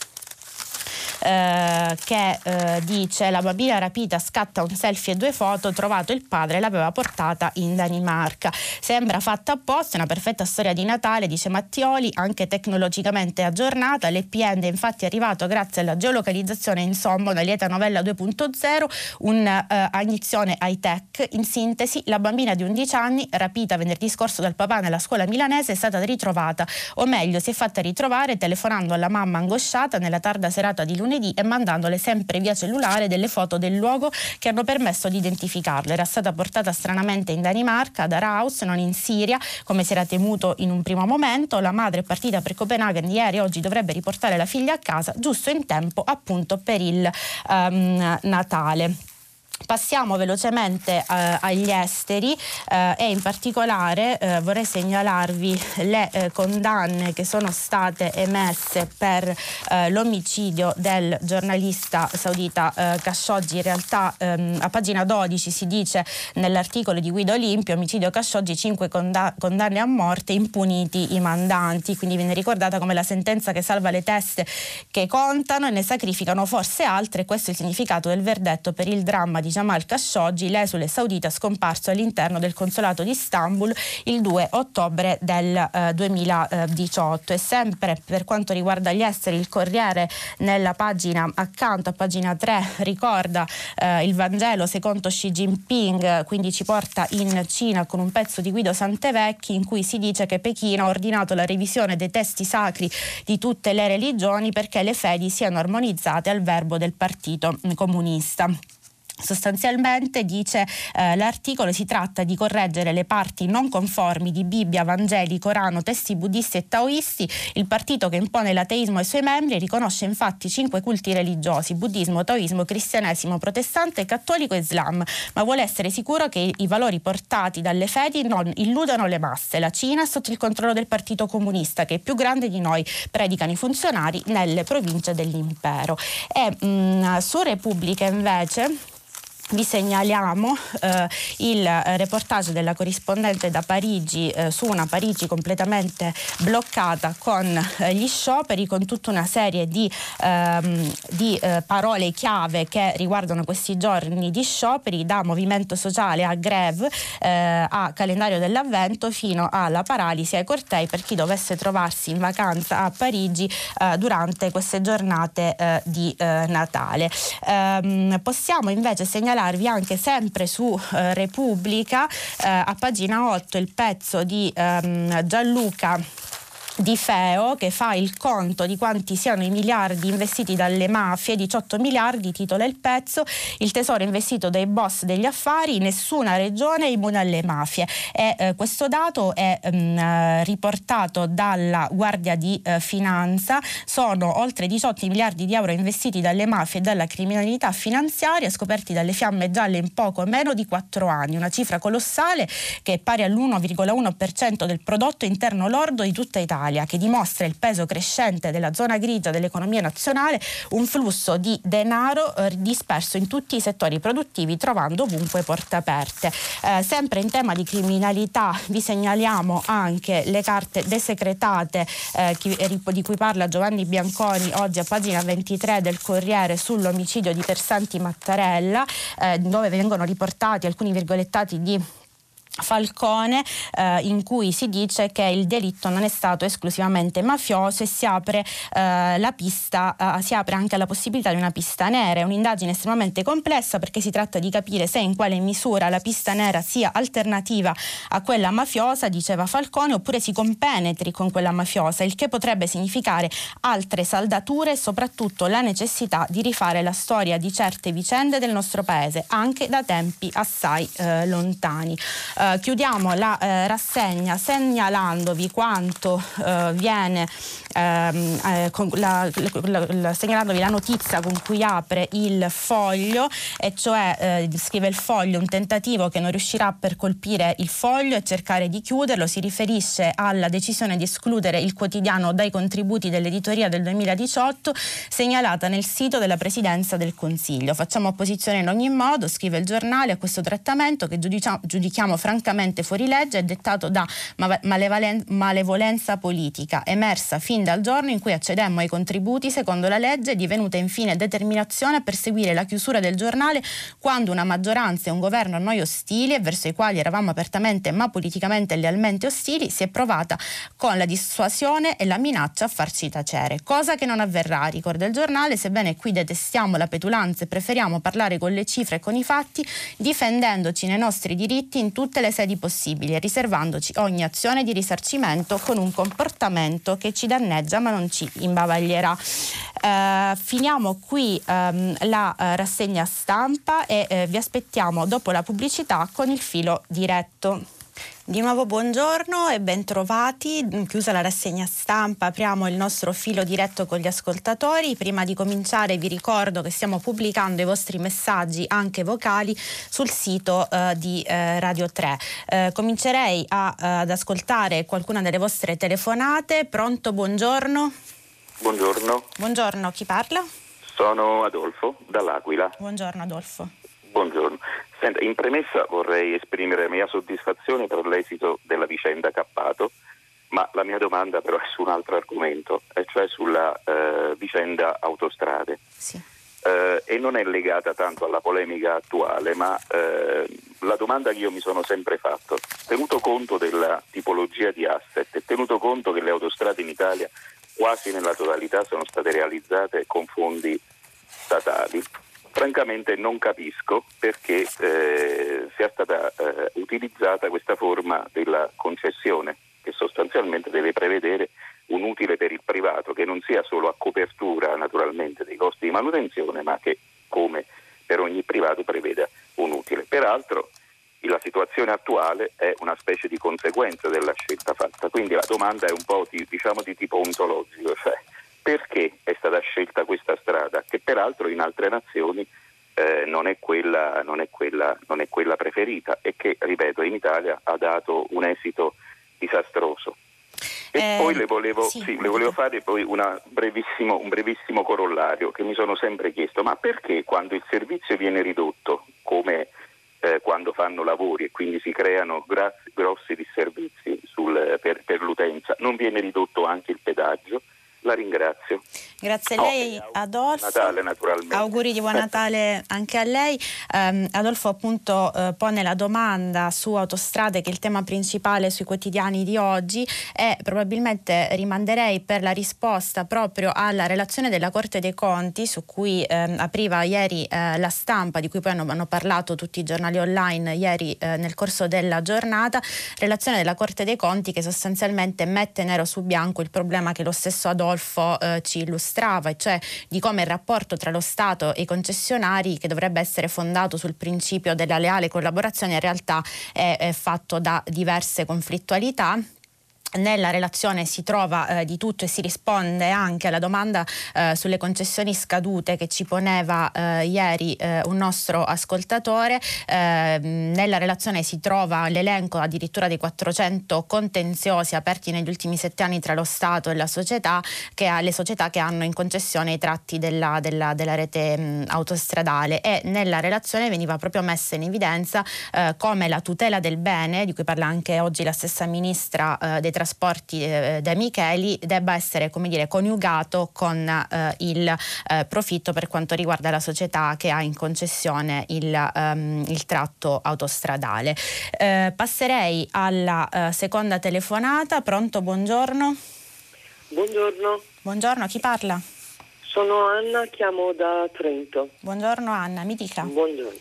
Eh, che eh, dice: la bambina rapita scatta un selfie e due foto, trovato il padre, l'aveva portata in Danimarca. Sembra fatta apposta, una perfetta storia di Natale, dice Mattioli, anche tecnologicamente aggiornata. L'E P N infatti è arrivato grazie alla geolocalizzazione, insomma una lieta novella due punto zero, un'agnizione uh, high tech. In sintesi, la bambina di undici anni, rapita venerdì scorso dal papà nella scuola milanese, è stata ritrovata, o meglio si è fatta ritrovare telefonando alla mamma angosciata nella tarda serata di lunedì lunedì e mandandole sempre via cellulare delle foto del luogo che hanno permesso di identificarlo. Era stata portata stranamente in Danimarca, ad Aarhus, non in Siria, come si era temuto in un primo momento. La madre è partita per Copenaghen ieri e oggi dovrebbe riportare la figlia a casa giusto in tempo appunto per il um, Natale. Passiamo velocemente eh, agli esteri eh, e in particolare eh, vorrei segnalarvi le eh, condanne che sono state emesse per eh, l'omicidio del giornalista saudita eh, Khashoggi. In realtà ehm, a pagina dodici si dice nell'articolo di Guido Olimpio: omicidio Khashoggi, cinque conda- condanne a morte, impuniti i mandanti. Quindi viene ricordata come la sentenza che salva le teste che contano e ne sacrificano forse altre. Questo è il significato del verdetto per il dramma di Jamal Khashoggi, l'esule saudita scomparso all'interno del consolato di Istanbul il due ottobre del eh, duemiladiciotto. E sempre per quanto riguarda gli esteri, il Corriere nella pagina accanto, a pagina tre, ricorda eh, il Vangelo secondo Xi Jinping, quindi ci porta in Cina con un pezzo di Guido Santevecchi in cui si dice che Pechino ha ordinato la revisione dei testi sacri di tutte le religioni perché le fedi siano armonizzate al verbo del Partito Comunista. Sostanzialmente, dice eh, l'articolo, si tratta di correggere le parti non conformi di Bibbia, Vangeli, Corano, testi buddisti e taoisti. Il partito che impone l'ateismo ai suoi membri riconosce infatti cinque culti religiosi: buddismo, taoismo, cristianesimo, protestante, cattolico e islam, ma vuole essere sicuro che i valori portati dalle fedi non illudano le masse. La Cina è sotto il controllo del Partito Comunista, che è più grande di noi, predicano i funzionari nelle province dell'impero. E mh, su Repubblica invece vi segnaliamo eh, il reportage della corrispondente da Parigi eh, su una Parigi completamente bloccata con eh, gli scioperi, con tutta una serie di, ehm, di eh, parole chiave che riguardano questi giorni di scioperi, da movimento sociale a greve, eh, a calendario dell'avvento, fino alla paralisi ai cortei per chi dovesse trovarsi in vacanza a Parigi eh, durante queste giornate eh, di eh, Natale. Ehm, possiamo invece segnalare anche sempre su eh, Repubblica eh, a pagina otto il pezzo di ehm, Gianluca Di Feo, che fa il conto di quanti siano i miliardi investiti dalle mafie. Diciotto miliardi, titola il pezzo, il tesoro investito dai boss degli affari, nessuna regione è immune alle mafie. E eh, questo dato è mh, riportato dalla Guardia di eh, Finanza. Sono oltre diciotto miliardi di euro investiti dalle mafie e dalla criminalità finanziaria, scoperti dalle fiamme gialle in poco meno di quattro anni, una cifra colossale che è pari all'uno virgola uno per cento del prodotto interno lordo di tutta Italia, che dimostra il peso crescente della zona grigia dell'economia nazionale, un flusso di denaro eh, disperso in tutti i settori produttivi, trovando ovunque porte aperte. Eh, sempre in tema di criminalità vi segnaliamo anche le carte desecretate eh, chi, di cui parla Giovanni Bianconi oggi a pagina ventitré del Corriere sull'omicidio di Piersanti Mattarella, eh, dove vengono riportati alcuni virgolettati di Falcone, eh, in cui si dice che il delitto non è stato esclusivamente mafioso e si apre eh, la pista, eh, si apre anche la possibilità di una pista nera. È un'indagine estremamente complessa perché si tratta di capire se e in quale misura la pista nera sia alternativa a quella mafiosa, diceva Falcone, oppure si compenetri con quella mafiosa, il che potrebbe significare altre saldature e soprattutto la necessità di rifare la storia di certe vicende del nostro paese, anche da tempi assai eh, lontani. Uh, chiudiamo la eh, rassegna segnalandovi quanto eh, viene ehm, eh, con la, la, la, segnalandovi la notizia con cui apre il Foglio, e cioè eh, scrive il Foglio: un tentativo che non riuscirà per colpire il Foglio e cercare di chiuderlo. Si riferisce alla decisione di escludere il quotidiano dai contributi dell'editoria del duemiladiciotto, segnalata nel sito della Presidenza del Consiglio. Facciamo opposizione in ogni modo, scrive il giornale, a questo trattamento che giudicia, giudichiamo francamente fuori legge e dettato da malevalen- malevolenza politica, emersa fin dal giorno in cui accedemmo ai contributi secondo la legge, divenuta infine determinazione a perseguire la chiusura del giornale quando una maggioranza e un governo a noi ostili e verso i quali eravamo apertamente ma politicamente e lealmente ostili si è provata con la dissuasione e la minaccia a farci tacere, cosa che non avverrà, ricorda il giornale, sebbene qui detestiamo la petulanza e preferiamo parlare con le cifre e con i fatti, difendendoci nei nostri diritti in tutte tutte le sedi possibili e riservandoci ogni azione di risarcimento con un comportamento che ci danneggia ma non ci imbavaglierà. Eh, finiamo qui ehm, la eh, rassegna stampa e eh, vi aspettiamo dopo la pubblicità con il filo diretto. Di nuovo buongiorno e bentrovati. Chiusa la rassegna stampa, apriamo il nostro filo diretto con gli ascoltatori. Prima di cominciare vi ricordo che stiamo pubblicando i vostri messaggi anche vocali sul sito uh, di uh, Radio tre. Uh, comincerei a, uh, ad ascoltare qualcuna delle vostre telefonate. Pronto, buongiorno. Buongiorno. Buongiorno, chi parla? Sono Adolfo, dall'Aquila. Buongiorno Adolfo. Buongiorno. Senta, in premessa vorrei esprimere la mia soddisfazione per l'esito della vicenda Cappato, ma la mia domanda però è su un altro argomento, e cioè sulla eh, vicenda autostrade. Sì. Eh, e non è legata tanto alla polemica attuale, ma eh, la domanda che io mi sono sempre fatto, tenuto conto della tipologia di asset e tenuto conto che le autostrade in Italia quasi nella totalità sono state realizzate con fondi statali, francamente non capisco perché eh, sia stata eh, utilizzata questa forma della concessione, che sostanzialmente deve prevedere un utile per il privato che non sia solo a copertura naturalmente dei costi di manutenzione, ma che come per ogni privato preveda un utile. Peraltro la situazione attuale è una specie di conseguenza della scelta fatta, quindi la domanda è un po' di, diciamo di tipo ontologico, cioè perché è stata scelta questa strada, che peraltro in altre nazioni eh, non è quella, non è quella, non è quella preferita e che, ripeto, in Italia ha dato un esito disastroso. E eh, poi le volevo, sì, sì, le volevo fare poi una brevissimo, un brevissimo corollario che mi sono sempre chiesto, ma perché quando il servizio viene ridotto, come eh, quando fanno lavori e quindi si creano gra- grossi disservizi sul, per, per l'utenza, non viene ridotto anche il pedaggio? La ringrazio. Grazie a lei, no, Adolfo. Natale, naturalmente. Auguri di buon Natale anche a lei. Um, Adolfo appunto uh, pone la domanda su autostrade, che è il tema principale sui quotidiani di oggi, e probabilmente rimanderei per la risposta proprio alla relazione della Corte dei Conti, su cui um, apriva ieri uh, la stampa, di cui poi hanno, hanno parlato tutti i giornali online ieri uh, nel corso della giornata. Relazione della Corte dei Conti che sostanzialmente mette nero su bianco il problema che lo stesso Adolfo Eh, ci illustrava, e cioè di come il rapporto tra lo Stato e i concessionari, che dovrebbe essere fondato sul principio della leale collaborazione, in realtà è, è fatto da diverse conflittualità. Nella relazione si trova eh, di tutto e si risponde anche alla domanda eh, sulle concessioni scadute che ci poneva eh, ieri eh, un nostro ascoltatore. Eh, nella relazione si trova l'elenco addirittura dei quattrocento contenziosi aperti negli ultimi sette anni tra lo Stato e la società, che ha, le società che hanno in concessione i tratti della, della, della rete mh, autostradale, e nella relazione veniva proprio messa in evidenza eh, come la tutela del bene, di cui parla anche oggi la stessa ministra eh, dei trasporti eh, De Micheli, debba essere, come dire, coniugato con eh, il eh, profitto per quanto riguarda la società che ha in concessione il, um, il tratto autostradale. Eh, passerei alla eh, seconda telefonata. Pronto, buongiorno. Buongiorno. Buongiorno, chi parla? Sono Anna, chiamo da Trento. Buongiorno Anna, mi dica. Buongiorno.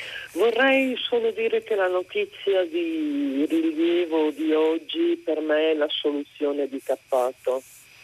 Vorrei solo dire che la notizia di rilievo di oggi per me è la soluzione di Cappato,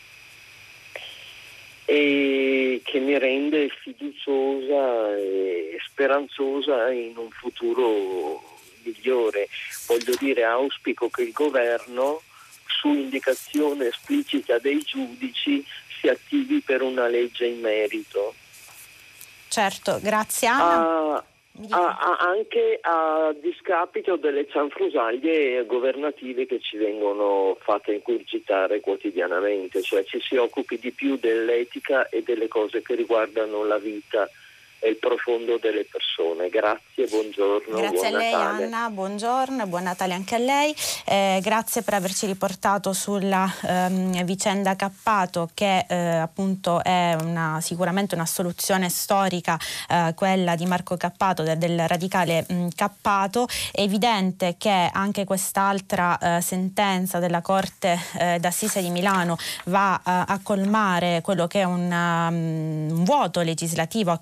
e che mi rende fiduciosa e speranzosa in un futuro migliore. Voglio dire, auspico che il governo, su indicazione esplicita dei giudici, si attivi per una legge in merito. Certo, grazie Anna. Ah, A, a, anche a discapito delle cianfrusaglie governative che ci vengono fatte incurgitare quotidianamente, cioè ci si occupi di più dell'etica e delle cose che riguardano la vita e il profondo delle persone. Grazie, buongiorno. Grazie buon a lei Natale. Anna, buongiorno e buon Natale anche a lei. Eh, grazie per averci riportato sulla ehm, vicenda Cappato, che eh, appunto è una, sicuramente una soluzione storica, eh, quella di Marco Cappato, del, del radicale mh, Cappato. È evidente che anche quest'altra eh, sentenza della Corte eh, d'Assise di Milano va eh, a colmare quello che è un, um, un vuoto legislativo, a, a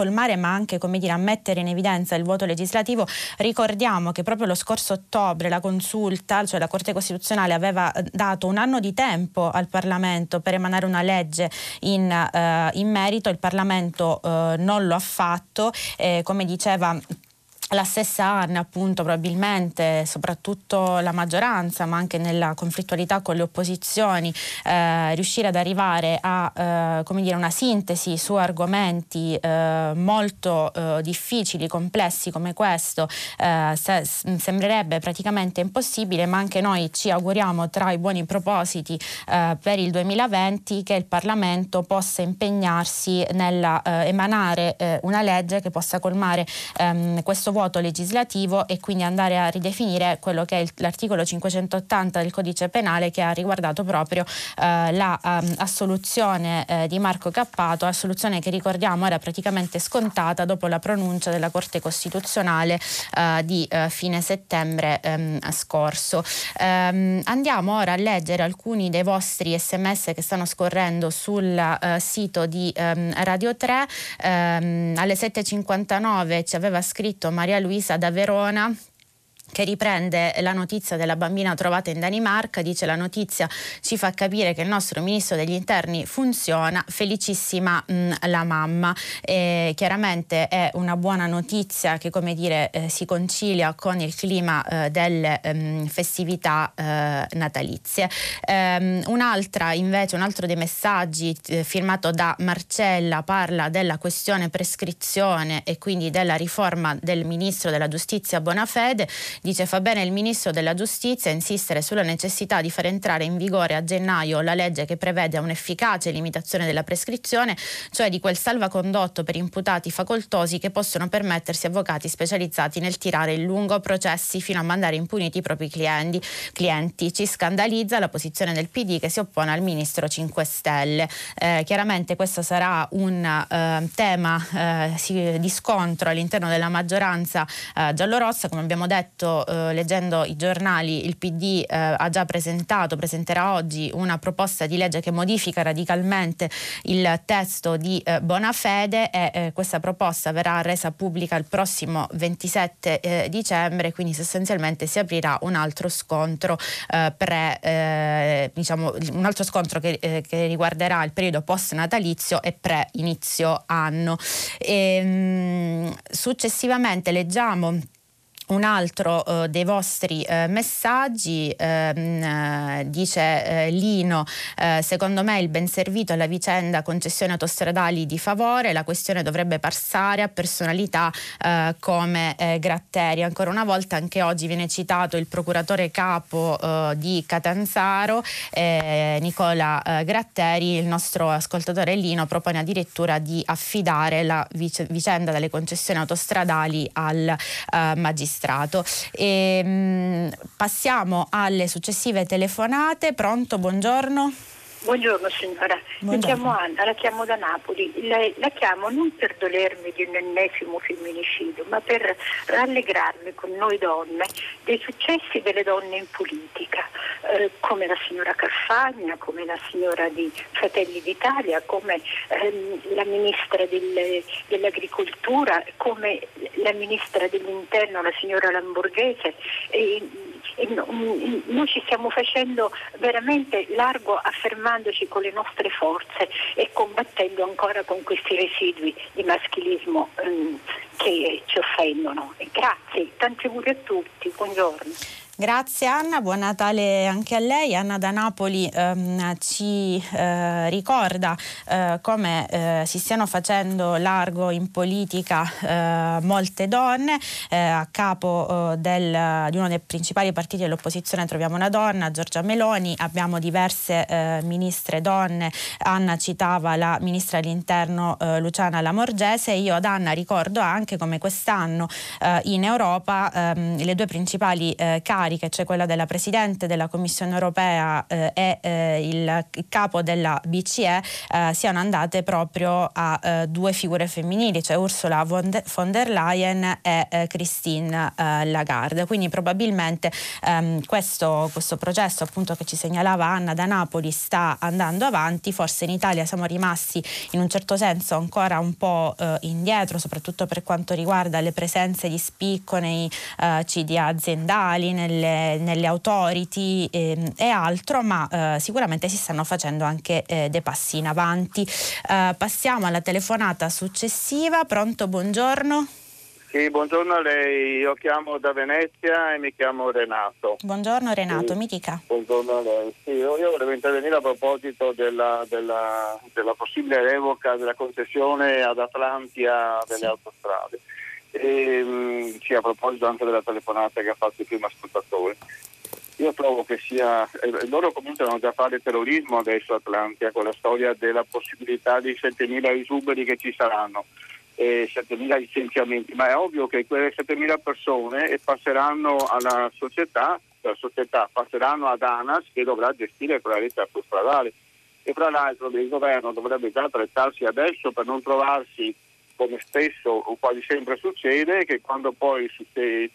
colmare ma anche, come dire, a mettere in evidenza il vuoto legislativo. Ricordiamo che proprio lo scorso ottobre la consulta, cioè la Corte Costituzionale, aveva dato un anno di tempo al Parlamento per emanare una legge in, eh, in merito. Il Parlamento eh, non lo ha fatto, eh, come diceva la stessa Anna, appunto, probabilmente soprattutto la maggioranza, ma anche nella conflittualità con le opposizioni, eh, riuscire ad arrivare a eh, come dire, una sintesi su argomenti eh, molto eh, difficili, complessi come questo, eh, se, sembrerebbe praticamente impossibile, ma anche noi ci auguriamo, tra i buoni propositi eh, per il duemilaventi, che il Parlamento possa impegnarsi nella eh, emanare eh, una legge che possa colmare ehm, questo vuoto legislativo e quindi andare a ridefinire quello che è il, l'articolo cinquecentottanta del Codice Penale, che ha riguardato proprio eh, la um, assoluzione eh, di Marco Cappato, assoluzione che, ricordiamo, era praticamente scontata dopo la pronuncia della Corte Costituzionale eh, di eh, fine settembre ehm, scorso. Ehm, andiamo ora a leggere alcuni dei vostri sms che stanno scorrendo sul eh, sito di ehm, Radio tre. Ehm, alle sette e cinquantanove ci aveva scritto Maria Luisa da Verona, che riprende la notizia della bambina trovata in Danimarca. Dice: la notizia ci fa capire che il nostro ministro degli interni funziona, felicissima mh, la mamma. E chiaramente è una buona notizia che, come dire, eh, si concilia con il clima eh, delle ehm, festività eh, natalizie. Um, un'altra invece, un altro dei messaggi eh, firmato da Marcella, parla della questione prescrizione e quindi della riforma del ministro della giustizia Bonafede. Dice: fa bene il ministro della giustizia a insistere sulla necessità di far entrare in vigore a gennaio la legge che prevede un'efficace limitazione della prescrizione, cioè di quel salvacondotto per imputati facoltosi che possono permettersi avvocati specializzati nel tirare in lungo processi fino a mandare impuniti i propri clienti. clienti. Ci scandalizza la posizione del P D che si oppone al ministro cinque Stelle. Eh, chiaramente questo sarà un eh, tema eh, di scontro all'interno della maggioranza eh, giallorossa. Come abbiamo detto, Eh, leggendo i giornali, il P D eh, ha già presentato, presenterà oggi una proposta di legge che modifica radicalmente il testo di eh, Bonafede e eh, questa proposta verrà resa pubblica il prossimo ventisette eh, dicembre, quindi sostanzialmente si aprirà un altro scontro eh, pre, eh, diciamo un altro scontro che, eh, che riguarderà il periodo post natalizio e pre inizio anno. E, mh, successivamente leggiamo un altro uh, dei vostri uh, messaggi. uh, dice uh, Lino: uh, secondo me il ben servito alla vicenda concessioni autostradali di favore, la questione dovrebbe passare a personalità uh, come uh, Gratteri. Ancora una volta anche oggi viene citato il procuratore capo uh, di Catanzaro, eh, Nicola uh, Gratteri. Il nostro ascoltatore Lino propone addirittura di affidare la vice- vicenda delle concessioni autostradali al uh, magistrato. E, mh, passiamo alle successive telefonate. Pronto, buongiorno. Buongiorno signora, Buongiorno. Mi chiamo Anna, la chiamo da Napoli. La, la chiamo non per dolermi di un ennesimo femminicidio, ma per rallegrarmi con noi donne dei successi delle donne in politica, eh, come la signora Carfagna, come la signora di Fratelli d'Italia, come ehm, la ministra del, dell'agricoltura, come la ministra dell'interno, la signora Lamborghese. E, e no, noi ci stiamo facendo veramente largo affermandoci con le nostre forze e combattendo ancora con questi residui di maschilismo ehm, che ci offendono. E grazie, tanti auguri a tutti, buongiorno. Grazie Anna, buon Natale anche a lei. Anna da Napoli ehm, ci eh, ricorda eh, come eh, si stiano facendo largo in politica eh, molte donne. Eh, a capo eh, del, di uno dei principali partiti dell'opposizione troviamo una donna, Giorgia Meloni. Abbiamo diverse eh, ministre donne. Anna citava la ministra dell'interno eh, Luciana Lamorgese. Io ad Anna ricordo anche come quest'anno eh, in Europa ehm, le due principali eh, cariche cariche, cioè quella della Presidente della Commissione europea eh, e eh, il capo della B C E, eh, siano andate proprio a eh, due figure femminili, cioè Ursula von, de- von der Leyen e eh, Christine eh, Lagarde. Quindi probabilmente ehm, questo, questo processo, appunto, che ci segnalava Anna da Napoli sta andando avanti. Forse in Italia siamo rimasti in un certo senso ancora un po' eh, indietro, soprattutto per quanto riguarda le presenze di spicco nei eh, C D A aziendali, nelle, nelle authority eh, e altro, ma eh, sicuramente si stanno facendo anche eh, dei passi in avanti. Eh, passiamo alla telefonata successiva. Pronto, buongiorno. Sì, buongiorno a lei, io chiamo da Venezia e mi chiamo Renato. Buongiorno Renato, sì, mi dica. Buongiorno a lei. Sì, io, io volevo intervenire a proposito della, della, della possibile revoca della concessione ad Atlantia delle sì. autostrade. E, mh, sì, a proposito anche della telefonata che ha fatto il primo ascoltatore. Io trovo che sia, eh, loro cominciano già a fare terrorismo adesso Atlantia con la storia della possibilità di settemila esuberi che ci saranno. E settemila licenziamenti, ma è ovvio che quelle settemila persone passeranno alla società, la società passeranno ad ANAS che dovrà gestire quella rete autostradale, e fra l'altro il governo dovrebbe già attrezzarsi adesso per non trovarsi, come spesso o quasi sempre succede, che quando poi succede,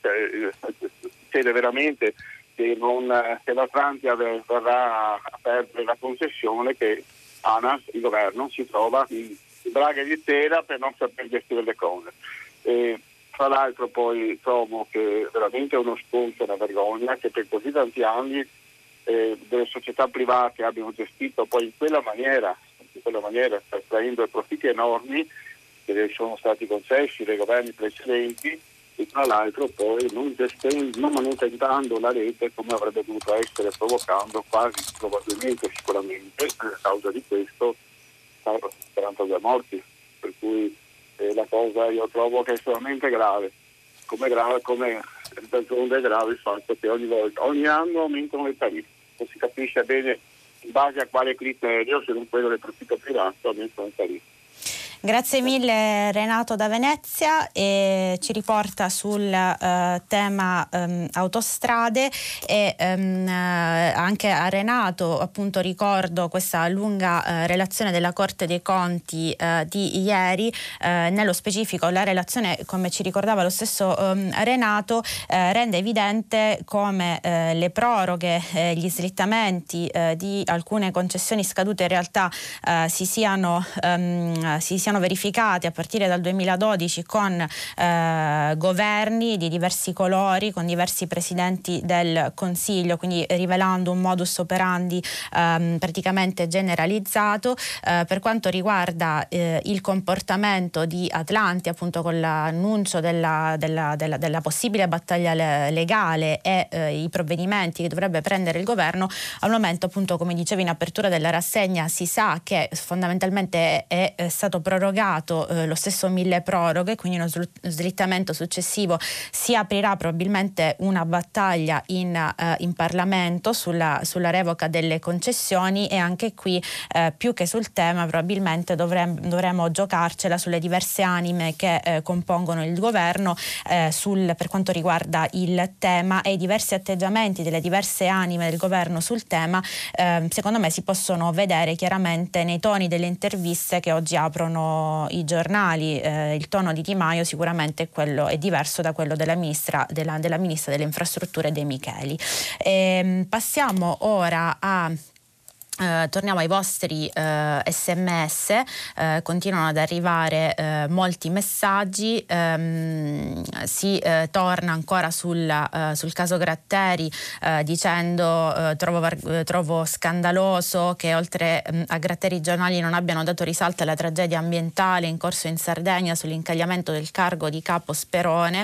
succede veramente che, non, che l'Atlantia verrà a perdere la concessione, che ANAS, il governo, si trova in braghe di tela per non saper gestire le cose. E, tra l'altro poi trovo che veramente è uno sconto, una vergogna che per così tanti anni eh, delle società private abbiano gestito poi in quella maniera, in quella maniera traendo profitti enormi che sono stati concessi dai governi precedenti, e tra l'altro poi non gestendo, non manutentando la rete come avrebbe dovuto essere, provocando quasi probabilmente sicuramente a causa di questo quarantadue morti, per cui eh, la cosa io trovo che è estremamente grave, come grave, come d'altronde è grave il fatto che ogni volta, ogni anno aumentano le tariffe, non si capisce bene in base a quale criterio, se non quello del profitto privato, aumentano le tariffe. Grazie mille Renato da Venezia, e ci riporta sul uh, tema um, autostrade, e um, uh, anche a Renato appunto ricordo questa lunga uh, relazione della Corte dei Conti uh, di ieri. Uh, nello specifico la relazione, come ci ricordava lo stesso um, Renato, uh, rende evidente come uh, le proroghe, uh, gli slittamenti uh, di alcune concessioni scadute in realtà uh, si siano um, si siano verificate a partire dal duemiladodici con eh, governi di diversi colori, con diversi presidenti del Consiglio, quindi rivelando un modus operandi ehm, praticamente generalizzato. Eh, per quanto riguarda eh, il comportamento di Atlantia, appunto con l'annuncio della, della, della, della possibile battaglia legale e eh, i provvedimenti che dovrebbe prendere il governo, al momento, appunto, come dicevo in apertura della rassegna, si sa che fondamentalmente è, è stato prorogato eh, lo stesso mille proroghe, quindi uno slittamento successivo. Si aprirà probabilmente una battaglia in, eh, in Parlamento sulla, sulla revoca delle concessioni, e anche qui eh, più che sul tema probabilmente dovremmo, dovremo giocarcela sulle diverse anime che eh, compongono il governo eh, sul, per quanto riguarda il tema, e i diversi atteggiamenti delle diverse anime del governo sul tema eh, secondo me si possono vedere chiaramente nei toni delle interviste che oggi aprono i giornali. Eh, il tono di Di Maio sicuramente è, quello, è diverso da quello della ministra, della, della ministra delle infrastrutture De Micheli. E, passiamo ora a Uh, torniamo ai vostri uh, sms, uh, continuano ad arrivare uh, molti messaggi. Um, si uh, torna ancora sul, uh, sul caso Gratteri, uh, dicendo uh, trovo, uh, trovo scandaloso che oltre um, a Gratteri i giornali non abbiano dato risalto alla tragedia ambientale in corso in Sardegna sull'incagliamento del cargo di Capo Sperone.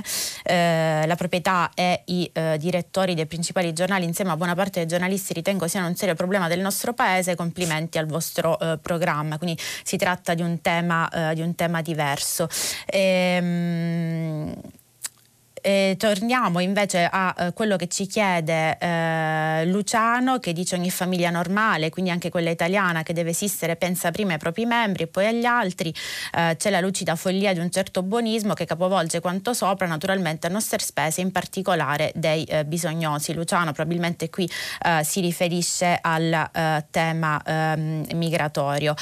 Uh, la proprietà e i uh, direttori dei principali giornali insieme a buona parte dei giornalisti ritengo siano un serio problema del nostro paese. Complimenti al vostro eh, programma. Quindi si tratta di un tema, eh, di un tema diverso. Ehm, eh, torniamo invece a eh, quello che ci chiede eh, Luciano, che dice: ogni famiglia normale, quindi anche quella italiana, che deve esistere, pensa prima ai propri membri e poi agli altri. Eh, c'è la lucida follia di un certo buonismo che capovolge quanto sopra, naturalmente a nostre spese, in particolare dei eh, bisognosi. Luciano probabilmente qui eh, si riferisce al eh, tema ehm, migratorio.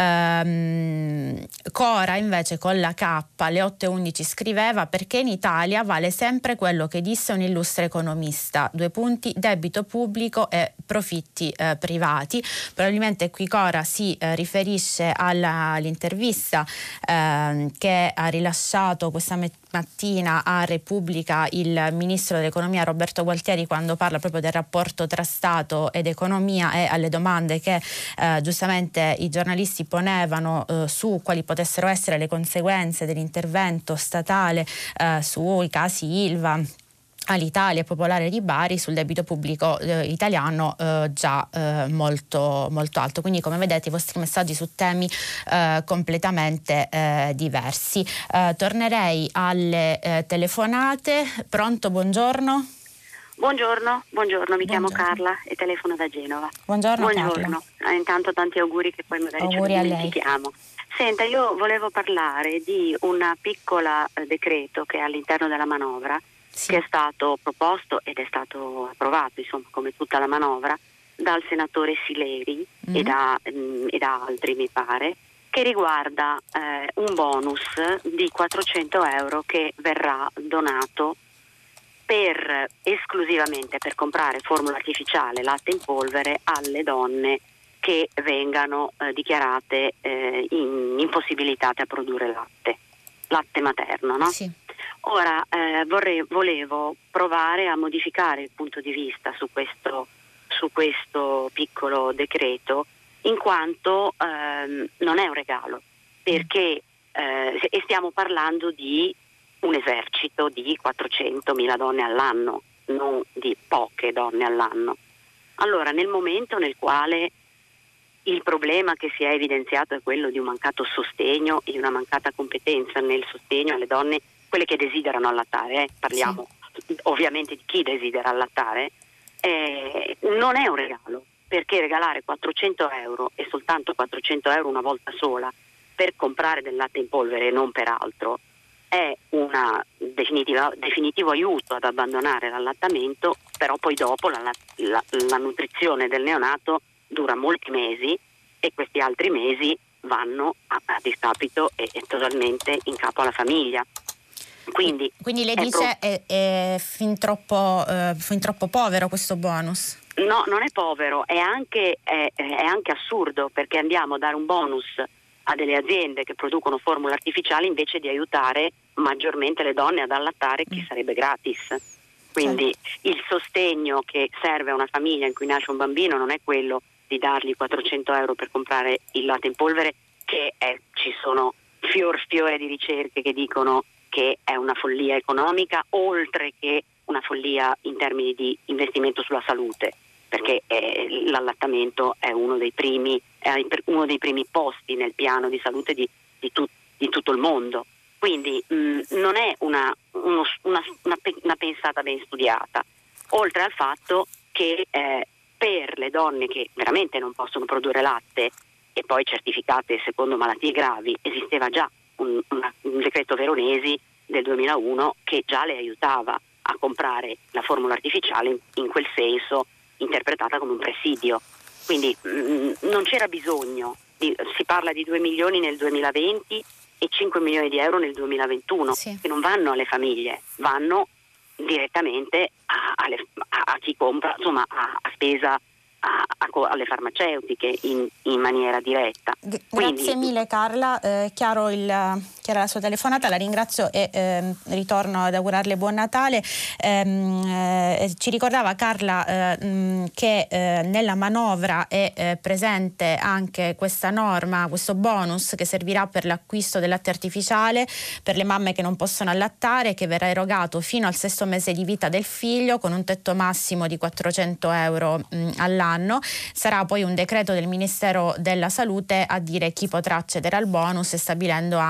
Ehm, Cora invece con la K alle otto e undici scriveva: perché in Italia vale sempre quello che disse un illustre economista, due punti, debito pubblico e profitti eh, privati. Probabilmente qui Cora si eh, riferisce alla, all'intervista eh, che ha rilasciato questa met- mattina a Repubblica il ministro dell'economia Roberto Gualtieri, quando parla proprio del rapporto tra Stato ed economia e alle domande che eh, giustamente i giornalisti ponevano eh, su quali potessero essere le conseguenze dell'intervento statale eh, sui casi Ilva, all'Italia Popolare di Bari, sul debito pubblico eh, italiano eh, già eh, molto, molto alto. Quindi, come vedete, i vostri messaggi su temi eh, completamente eh, diversi. Eh, tornerei alle eh, telefonate. Pronto, buongiorno. Buongiorno, buongiorno, mi Buongiorno. chiamo Carla e telefono da Genova. Buongiorno, Buongiorno. Eh, intanto tanti auguri, che poi magari Auguri ce a lo lei. dimentichiamo. Senta, io volevo parlare di un piccola eh, decreto che è all'interno della manovra, Sì. che è stato proposto ed è stato approvato, insomma, come tutta la manovra, dal senatore Sileri Mm. e, da, mm, e da altri, mi pare, che riguarda eh, un bonus di quattrocento euro che verrà donato per esclusivamente per comprare formula artificiale, latte in polvere, alle donne che vengano eh, dichiarate eh, in, impossibilitate a produrre latte, latte materno, no? Sì. Ora eh, vorrei, volevo provare a modificare il punto di vista su questo, su questo piccolo decreto, in quanto ehm, non è un regalo, perché eh, e stiamo parlando di un esercito di quattrocentomila donne all'anno, non di poche donne all'anno. Allora, nel momento nel quale il problema che si è evidenziato è quello di un mancato sostegno e di una mancata competenza nel sostegno alle donne, quelle che desiderano allattare, eh? parliamo sì. ovviamente di chi desidera allattare, eh, non è un regalo, perché regalare quattrocento euro e soltanto quattrocento euro una volta sola per comprare del latte in polvere e non per altro è un definitivo aiuto ad abbandonare l'allattamento, però poi dopo la, la, la nutrizione del neonato dura molti mesi e questi altri mesi vanno a, a discapito e, e totalmente in capo alla famiglia. Quindi, Quindi le è dice pro- è, è fin troppo, eh, fin troppo povero questo bonus? No, non è povero, è anche, è, è anche assurdo, perché andiamo a dare un bonus a delle aziende che producono formule artificiali invece di aiutare maggiormente le donne ad allattare, che Mm. sarebbe gratis. Quindi Certo. il sostegno che serve a una famiglia in cui nasce un bambino non è quello di dargli quattrocento euro per comprare il latte in polvere, che è, ci sono fior fiore di ricerche che dicono che è una follia economica, oltre che una follia in termini di investimento sulla salute, perché eh, l'allattamento è uno dei primi è uno dei primi posti nel piano di salute di, di, tu, di tutto il mondo. Quindi mh, non è una, uno, una, una, una pensata ben studiata, oltre al fatto che eh, per le donne che veramente non possono produrre latte e poi certificate secondo malattie gravi, esisteva già un, una, un decreto Veronesi del duemilauno che già le aiutava a comprare la formula artificiale in, in quel senso, interpretata come un presidio. Quindi mh, non c'era bisogno, di, si parla di due milioni nel duemilaventi e cinque milioni di euro nel duemilaventuno, Sì. che non vanno alle famiglie, vanno direttamente a, alle, a, a chi compra, insomma a, a spesa a, a, alle farmaceutiche in, in maniera diretta. G- Quindi, Grazie mille Carla, eh, chiaro il, chiara la sua telefonata, la ringrazio e eh, ritorno ad augurarle buon Natale. Ehm, eh, ci ricordava Carla eh, mh, che eh, nella manovra è eh, presente anche questa norma, questo bonus che servirà per l'acquisto del latte artificiale per le mamme che non possono allattare, che verrà erogato fino al sesto mese di vita del figlio con un tetto massimo di quattrocento euro mh, all'anno. Sarà poi un decreto del Ministero della Salute a dire chi potrà accedere al bonus e stabilendo anche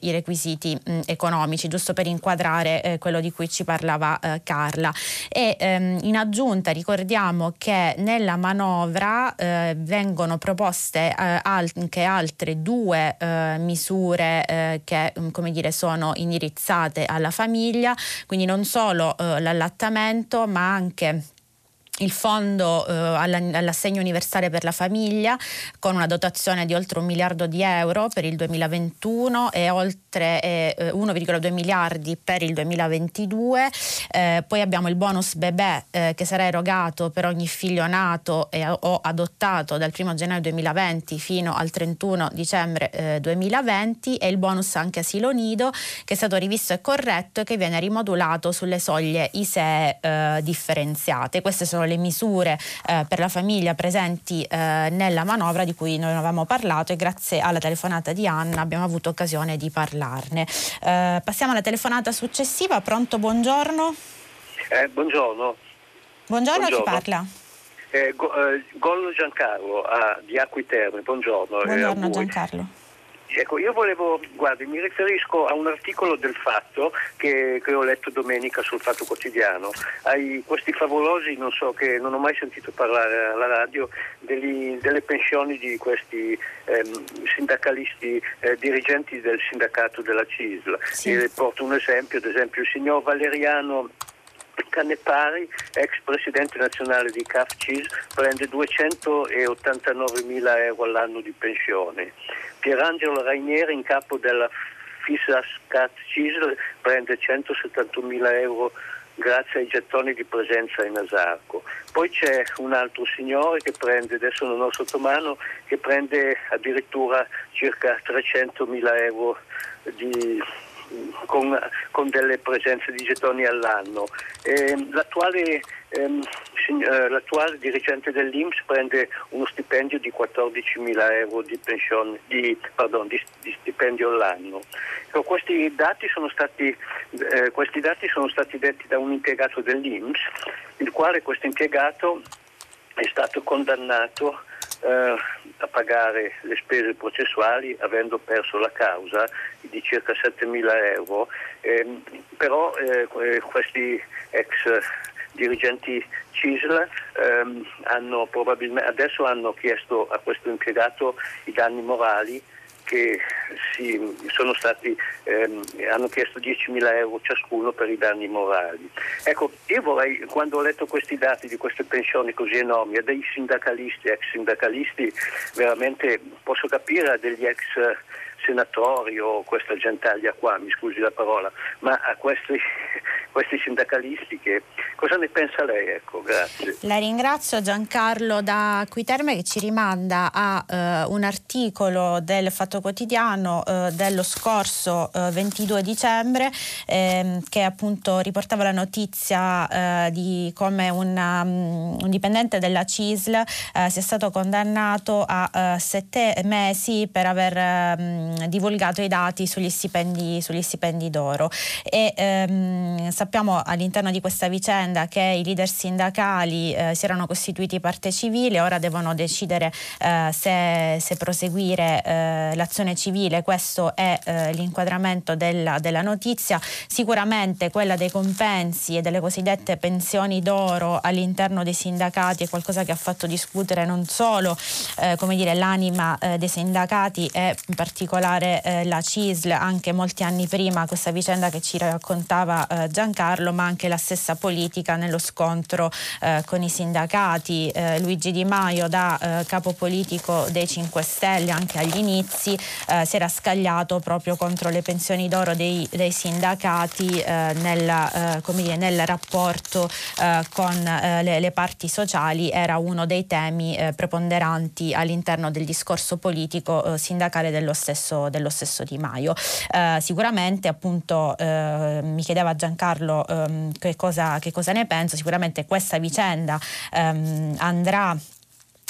i requisiti mh, economici, giusto per inquadrare eh, quello di cui ci parlava eh, Carla. E ehm, in aggiunta ricordiamo che nella manovra eh, vengono proposte eh, anche altre due eh, misure eh, che come dire sono indirizzate alla famiglia, quindi non solo eh, l'allattamento ma anche il fondo eh, all'assegno universale per la famiglia con una dotazione di oltre un miliardo di euro per il duemilaventuno e oltre eh, uno virgola due miliardi per il duemilaventidue. Eh, poi abbiamo il bonus bebè eh, che sarà erogato per ogni figlio nato e, o adottato dal primo gennaio duemilaventi fino al trentuno dicembre eh, duemilaventi, e il bonus anche asilo nido che è stato rivisto e corretto e che viene rimodulato sulle soglie I S E E eh, differenziate. Queste sono le misure eh, per la famiglia presenti eh, nella manovra di cui noi avevamo parlato, e grazie alla telefonata di Anna abbiamo avuto occasione di parlarne. Eh, passiamo alla telefonata successiva. Pronto, buongiorno. Eh, buongiorno. Buongiorno. Buongiorno, chi parla? Eh, Go, eh, Gollo Giancarlo ah, di Acqui Terme, buongiorno. Buongiorno eh, Giancarlo. Ecco, io volevo, guardi, mi riferisco a un articolo del Fatto che, che ho letto domenica sul Fatto Quotidiano, ai questi favolosi, non so, che non ho mai sentito parlare alla radio, degli, delle pensioni di questi ehm, sindacalisti, eh, dirigenti del sindacato della C I S L. Sì. E porto un esempio, ad esempio il signor Valeriano Canepari, ex presidente nazionale di C A F C I S, prende duecentottantanovemila euro all'anno di pensione. Pierangelo Rainieri, in capo della Fisascat C I S, prende centosettantunomila euro grazie ai gettoni di presenza in Asarco. Poi c'è un altro signore che prende, adesso non ho sotto mano, che prende addirittura circa trecentomila euro di Con, con delle presenze di gettoni all'anno. Eh, l'attuale, ehm, sign- l'attuale dirigente dell'I N P S prende uno stipendio di quattordicimila euro di pensione, di, pardon, di, di stipendio all'anno. Ecco, questi dati sono stati eh, questi dati sono stati detti da un impiegato dell'I N P S, il quale questo impiegato è stato condannato Uh, a pagare le spese processuali avendo perso la causa di circa settemila euro, eh, però eh, questi ex dirigenti C I S L ehm, hanno probabilmente adesso hanno chiesto a questo impiegato i danni morali che si, sono stati ehm, hanno chiesto diecimila euro ciascuno per i danni morali. Ecco, io vorrei, quando ho letto questi dati di queste pensioni così enormi, a dei sindacalisti, ex sindacalisti, veramente posso capire degli ex senatori o questa gentaglia qua, mi scusi la parola, ma a questi, questi sindacalisti, che cosa ne pensa lei? Ecco, grazie. La ringrazio Giancarlo da Acqui Terme, che ci rimanda a eh, un articolo del Fatto Quotidiano eh, dello scorso eh, ventidue dicembre eh, che appunto riportava la notizia eh, di come una, um, un dipendente della C I S L eh, sia stato condannato a uh, sette mesi per aver um, divulgato i dati sugli stipendi, sugli stipendi d'oro, e ehm, sappiamo all'interno di questa vicenda che i leader sindacali eh, si erano costituiti parte civile, ora devono decidere eh, se, se proseguire eh, l'azione civile. Questo è eh, l'inquadramento della, della notizia. Sicuramente quella dei compensi e delle cosiddette pensioni d'oro all'interno dei sindacati è qualcosa che ha fatto discutere non solo eh, come dire, l'anima eh, dei sindacati e in particolare Eh, la C I S L, anche molti anni prima, questa vicenda che ci raccontava eh, Giancarlo, ma anche la stessa politica nello scontro eh, con i sindacati. eh, Luigi Di Maio, da eh, capo politico dei cinque Stelle anche agli inizi, eh, si era scagliato proprio contro le pensioni d'oro dei, dei sindacati eh, nel, eh, come dire, nel rapporto eh, con eh, le, le parti sociali. Era uno dei temi eh, preponderanti all'interno del discorso politico eh, sindacale dello stesso dello stesso Di Maio. Eh, sicuramente appunto eh, mi chiedeva Giancarlo ehm, che cosa, che cosa ne penso. Sicuramente questa vicenda ehm, andrà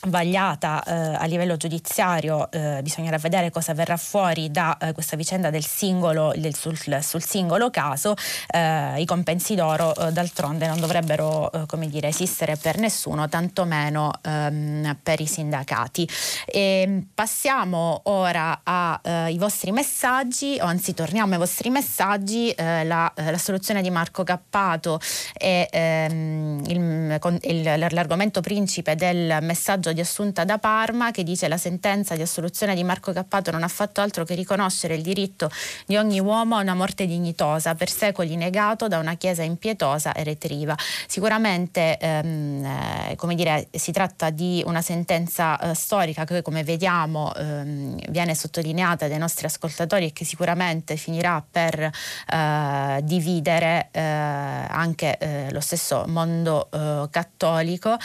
vagliata eh, a livello giudiziario, eh, bisognerà vedere cosa verrà fuori da eh, questa vicenda del singolo, del, sul, sul singolo caso. Eh, i compensi d'oro eh, d'altronde non dovrebbero eh, come dire, esistere per nessuno, tantomeno ehm, per i sindacati. E passiamo ora ai vostri messaggi, o anzi torniamo ai vostri messaggi. Eh, la, la soluzione di Marco Cappato è ehm, il, il, l'argomento principe del messaggio di Assunta da Parma, che dice: la sentenza di assoluzione di Marco Cappato non ha fatto altro che riconoscere il diritto di ogni uomo a una morte dignitosa, per secoli negato da una Chiesa impietosa e retriva. Sicuramente ehm, eh, come dire, si tratta di una sentenza eh, storica che, come vediamo, ehm, viene sottolineata dai nostri ascoltatori e che sicuramente finirà per eh, dividere eh, anche eh, lo stesso mondo eh, cattolico.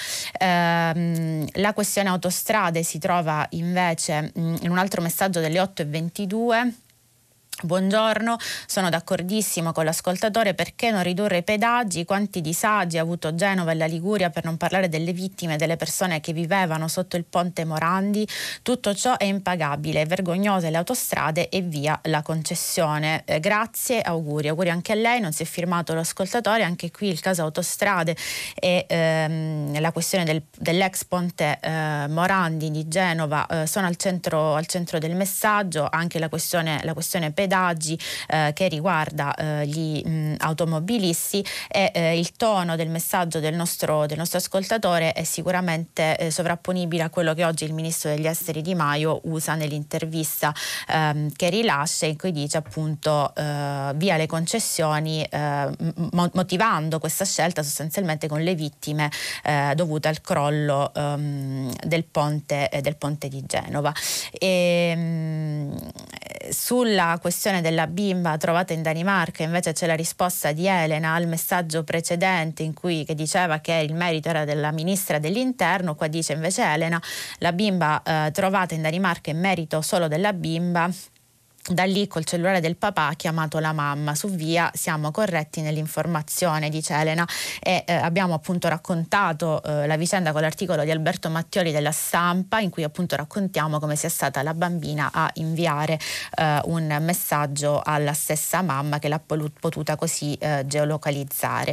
Ehm, la questione autostrade si trova invece mh, in un altro messaggio delle otto e ventidue. Buongiorno, sono d'accordissimo con l'ascoltatore. Perché non ridurre i pedaggi? Quanti disagi ha avuto Genova e la Liguria, per non parlare delle vittime, delle persone che vivevano sotto il ponte Morandi. Tutto ciò è impagabile, vergognose le autostrade e via la concessione. Eh, grazie, auguri, auguri anche a lei. Non si è firmato l'ascoltatore, anche qui il caso autostrade e ehm, la questione del, dell'ex ponte eh, Morandi di Genova eh, sono al centro, al centro del messaggio, anche la questione, la questione pedaggi eh, che riguarda eh, gli mh, automobilisti, e eh, il tono del messaggio del nostro, del nostro ascoltatore è sicuramente eh, sovrapponibile a quello che oggi il ministro degli esteri Di Maio usa nell'intervista ehm, che rilascia, in cui dice appunto eh, via le concessioni, eh, mo- motivando questa scelta sostanzialmente con le vittime eh, dovute al crollo ehm, del ponte, eh, del ponte di Genova. E, mh, sulla questione della bimba trovata in Danimarca invece c'è la risposta di Elena al messaggio precedente, in cui che diceva che il merito era della ministra dell'interno. Qua dice invece Elena: la bimba eh, trovata in Danimarca è merito solo della bimba. Da lì col cellulare del papà ha chiamato la mamma. Su via siamo corretti nell'informazione, dice Elena. E eh, abbiamo appunto raccontato eh, la vicenda con l'articolo di Alberto Mattioli della Stampa, in cui appunto raccontiamo come sia stata la bambina a inviare eh, un messaggio alla stessa mamma, che l'ha potuta così eh, geolocalizzare.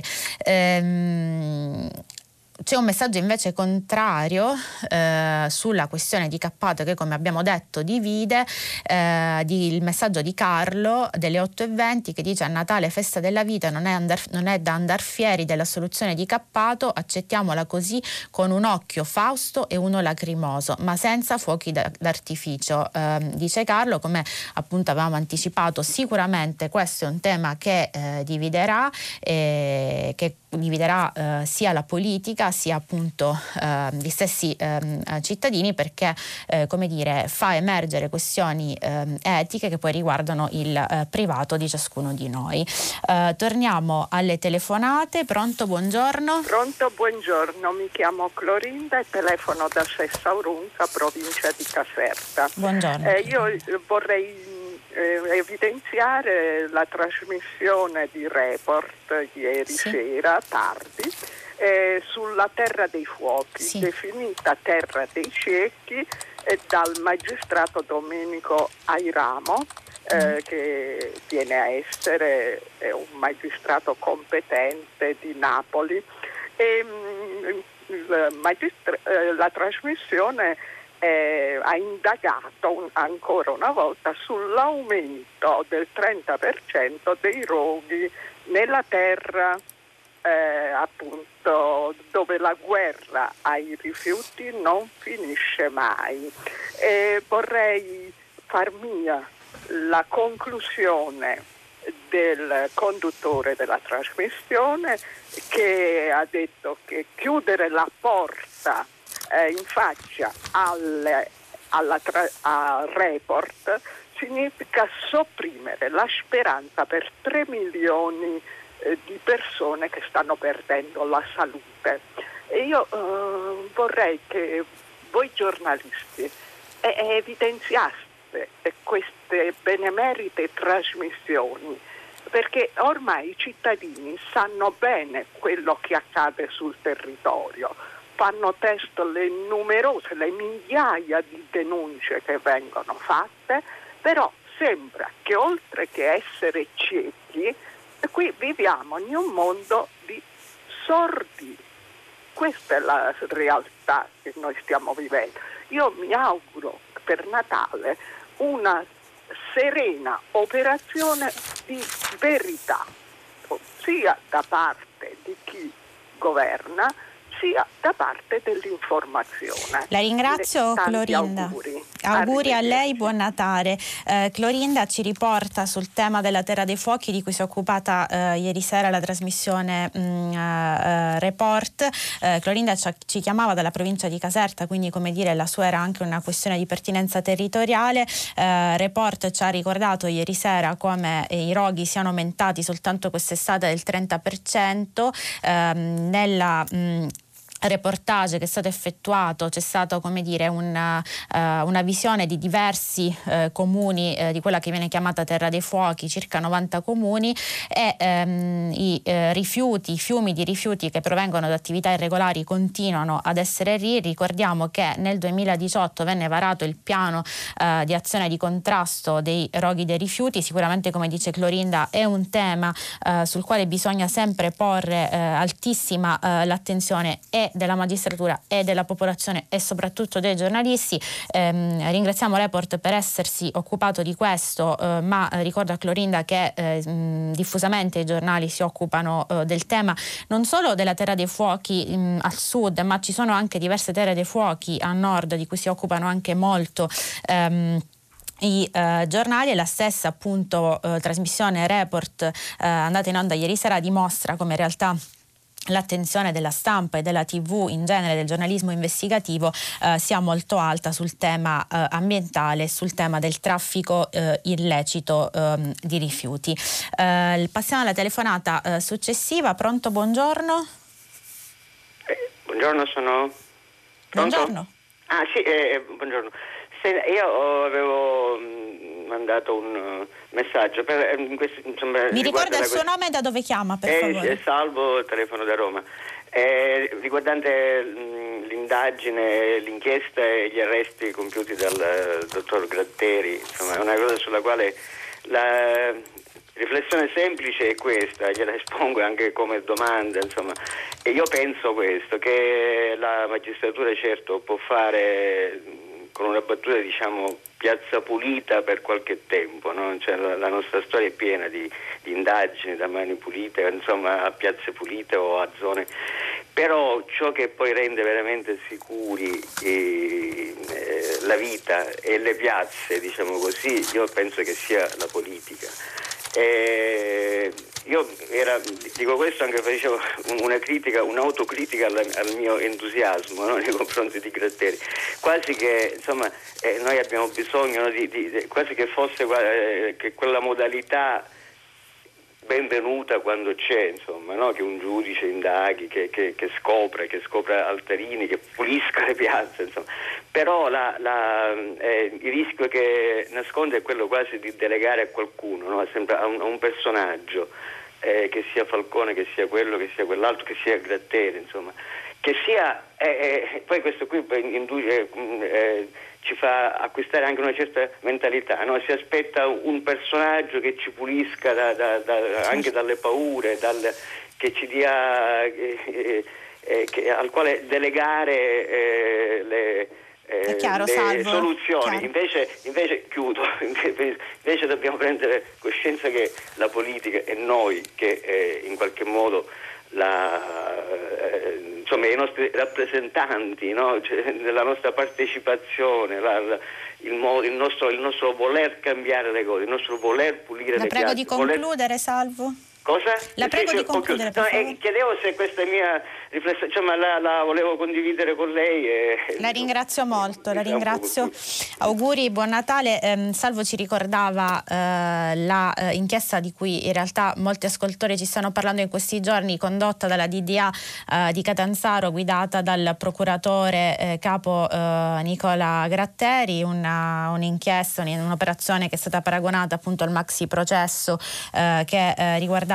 Ehm, C'è un messaggio invece contrario eh, sulla questione di Cappato, che, come abbiamo detto, divide. Eh, di, il messaggio di Carlo delle otto e venti, che dice: a Natale, festa della vita, non è, andar, non è da andar fieri della soluzione di Cappato, accettiamola così, con un occhio fausto e uno lacrimoso, ma senza fuochi da, d'artificio. Eh, dice Carlo, come appunto avevamo anticipato, sicuramente questo è un tema che eh, dividerà, eh, che dividerà eh, sia la politica sia appunto eh, gli stessi eh, cittadini, perché eh, come dire, fa emergere questioni eh, etiche che poi riguardano il eh, privato di ciascuno di noi. Eh, torniamo alle telefonate. Pronto, buongiorno. Pronto, buongiorno, mi chiamo Clorinda e telefono da Sessaurunza, provincia di Caserta. Buongiorno. Eh, io vorrei Eh, evidenziare la trasmissione di Report ieri sì. sera tardi eh, sulla Terra dei Fuochi, sì. definita Terra dei Ciechi eh, dal magistrato Domenico Airamo, eh, mm. che viene a essere eh, un magistrato competente di Napoli. E, mh, il magistra- eh, la trasmissione Eh, ha indagato un, ancora una volta sull'aumento del trenta per cento dei roghi nella terra eh, appunto dove la guerra ai rifiuti non finisce mai. E vorrei far mia la conclusione del conduttore della trasmissione, che ha detto che chiudere la porta Eh, in faccia alle, alla tra, a Report significa sopprimere la speranza per tre milioni eh, di persone che stanno perdendo la salute. E io eh, vorrei che voi giornalisti eh, evidenziaste queste benemerite trasmissioni, perché ormai i cittadini sanno bene quello che accade sul territorio. fanno testo le numerose, le migliaia di denunce che vengono fatte, però sembra che oltre che essere ciechi, qui viviamo in un mondo di sordi. Questa è la realtà che noi stiamo vivendo. Io mi auguro per Natale una serena operazione di verità, sia da parte di chi governa, sia da parte dell'informazione. La ringrazio, Tanti Clorinda. Auguri, auguri a lei, buon Natale. Eh, Clorinda ci riporta sul tema della Terra dei Fuochi, di cui si è occupata eh, ieri sera la trasmissione mh, uh, Report. Eh, Clorinda ci, ci chiamava dalla provincia di Caserta, quindi come dire la sua era anche una questione di pertinenza territoriale. Eh, Report ci ha ricordato ieri sera come eh, i roghi siano aumentati soltanto quest'estate del trenta per cento. Eh, nella mh, reportage che è stato effettuato c'è stata, come dire, una, uh, una visione di diversi uh, comuni uh, di quella che viene chiamata Terra dei Fuochi, circa novanta comuni, e um, i uh, rifiuti, i fiumi di rifiuti che provengono da attività irregolari continuano ad essere lì. Ricordiamo che nel duemiladiciotto venne varato il piano uh, di azione di contrasto dei roghi dei rifiuti. Sicuramente, come dice Clorinda, è un tema uh, sul quale bisogna sempre porre uh, altissima uh, l'attenzione e della magistratura e della popolazione e soprattutto dei giornalisti. Eh, ringraziamo Report per essersi occupato di questo, eh, ma ricordo a Clorinda che eh, mh, diffusamente i giornali si occupano eh, del tema non solo della Terra dei Fuochi mh, al sud, ma ci sono anche diverse Terre dei Fuochi a nord di cui si occupano anche molto ehm, i eh, giornali. E la stessa appunto eh, trasmissione Report eh, andata in onda ieri sera dimostra come in realtà l'attenzione della stampa e della tivù in genere, del giornalismo investigativo, eh, sia molto alta sul tema eh, ambientale, sul tema del traffico eh, illecito eh, di rifiuti. Eh, passiamo alla telefonata eh, successiva. Pronto, buongiorno. Eh, buongiorno, sono... Pronto? Buongiorno. Ah sì, eh, buongiorno. Se, io avevo mh, mandato un uh, messaggio per, in questo, insomma, mi ricorda il suo que- nome e da dove chiama, per eh, favore? È Salvo, telefono da Roma. Eh, riguardante mh, l'indagine, l'inchiesta e gli arresti compiuti dal uh, dottor Gratteri, insomma è una cosa sulla quale la riflessione semplice è questa, gliela espongo anche come domanda, insomma, e io penso questo, che la magistratura certo può fare con una battuta, diciamo, piazza pulita per qualche tempo, no? Cioè, la, la nostra storia è piena di, di indagini da mani pulite, insomma, a piazze pulite o a zone, però ciò che poi rende veramente sicuri eh, eh, la vita e le piazze, diciamo così, io penso che sia la politica. Eh, io era, dico questo anche facevo una critica, un'autocritica al, al mio entusiasmo, no, nei confronti di Gratteri, quasi che insomma eh, noi abbiamo bisogno, no, di, di, quasi che fosse eh, che quella modalità benvenuta quando c'è, insomma, no? Che un giudice indaghi, che, che, che scopre, che scopre altarini, che pulisca le piazze, insomma. Però la, la, eh, il rischio che nasconde è quello quasi di delegare a qualcuno, no? Sempre a un, a un personaggio, eh, che sia Falcone, che sia quello, che sia quell'altro, che sia Gratteri, insomma, che sia eh, eh, poi questo qui induce, eh, ci fa acquistare anche una certa mentalità, no? Si aspetta un personaggio che ci pulisca da, da, da, anche dalle paure, dal, che ci dia eh, eh, eh, che, al quale delegare eh, le Eh, chiaro, le Salvo. soluzioni. Chiaro. Invece, invece chiudo, invece dobbiamo prendere coscienza che la politica è noi che eh, in qualche modo la, eh, insomma i nostri rappresentanti, no? Cioè, della nostra partecipazione, la, la, il, mo, il, nostro, il nostro voler cambiare le cose, il nostro voler pulire La le prego piazze, di concludere, voler... Salvo. Cosa? La prego sì, di concludere, per no, favore. eh, chiedevo se questa mia riflessione, cioè, ma la, la volevo condividere con lei. E, la ringrazio molto, la ringrazio. Auguri, buon Natale. Eh, Salvo ci ricordava eh, la eh, inchiesta di cui in realtà molti ascoltatori ci stanno parlando in questi giorni, condotta dalla D D A eh, di Catanzaro, guidata dal procuratore eh, capo eh, Nicola Gratteri, una, un'inchiesta, un'operazione che è stata paragonata appunto al maxi processo eh, che eh, riguarda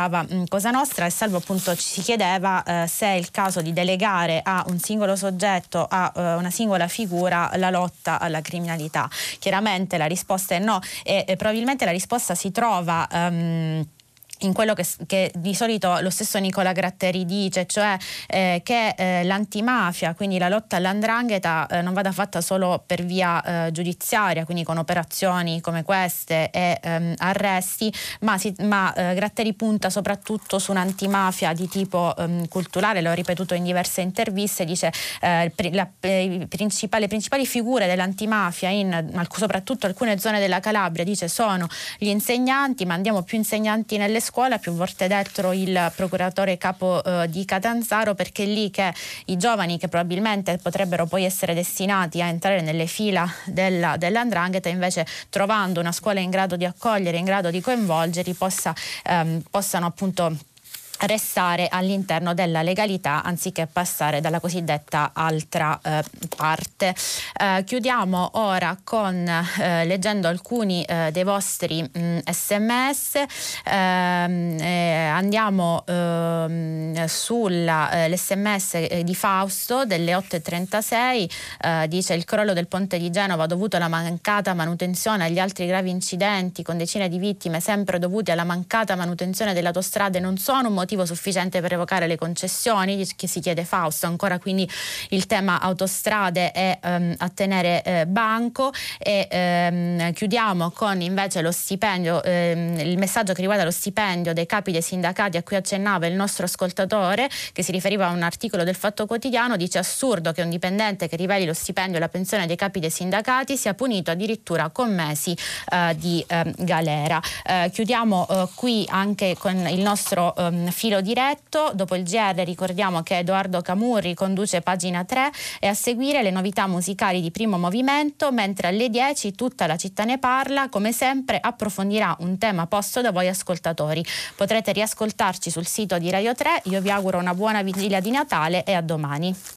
raccontava mh, Cosa Nostra, e Salvo appunto ci si chiedeva eh, se è il caso di delegare a un singolo soggetto, a uh, una singola figura, la lotta alla criminalità. Chiaramente la risposta è no, e, e probabilmente la risposta si trova um, in quello che, che di solito lo stesso Nicola Gratteri dice, cioè eh, che eh, l'antimafia, quindi la lotta all'andrangheta, eh, non vada fatta solo per via eh, giudiziaria, quindi con operazioni come queste e ehm, arresti, ma, si, ma eh, Gratteri punta soprattutto su un'antimafia di tipo ehm, culturale, l'ho ripetuto in diverse interviste, dice eh, la, eh, principali, le principali figure dell'antimafia in soprattutto alcune zone della Calabria, dice, sono gli insegnanti, ma andiamo più insegnanti nelle scuole, scuola, più volte detto il procuratore capo eh, di Catanzaro, perché è lì che i giovani che probabilmente potrebbero poi essere destinati a entrare nelle fila della, dell'andrangheta, invece trovando una scuola in grado di accogliere, in grado di coinvolgerli, possa, ehm, possano appunto restare all'interno della legalità anziché passare dalla cosiddetta altra eh, parte. Eh, chiudiamo ora con eh, leggendo alcuni eh, dei vostri mh, sms. Eh, eh, andiamo eh, sull'sms eh, di Fausto delle otto e trentasei. Eh, dice: il crollo del ponte di Genova dovuto alla mancata manutenzione e agli altri gravi incidenti con decine di vittime sempre dovuti alla mancata manutenzione delle autostrade non sono un motivo sufficiente per evocare le concessioni, che si chiede Fausto. Ancora quindi il tema autostrade è um, a tenere eh, banco. E um, chiudiamo con invece lo stipendio, um, il messaggio che riguarda lo stipendio dei capi dei sindacati a cui accennava il nostro ascoltatore, che si riferiva a un articolo del Fatto Quotidiano. Dice: assurdo che un dipendente che riveli lo stipendio e la pensione dei capi dei sindacati sia punito addirittura con mesi uh, di uh, galera. Uh, chiudiamo uh, qui anche con il nostro um, filo diretto. Dopo il G R ricordiamo che Edoardo Camurri conduce Pagina tre e a seguire le novità musicali di Primo Movimento, mentre alle dieci Tutta la città ne parla, come sempre approfondirà un tema posto da voi ascoltatori. Potrete riascoltarci sul sito di Radio tre. Io vi auguro una buona vigilia di Natale e a domani.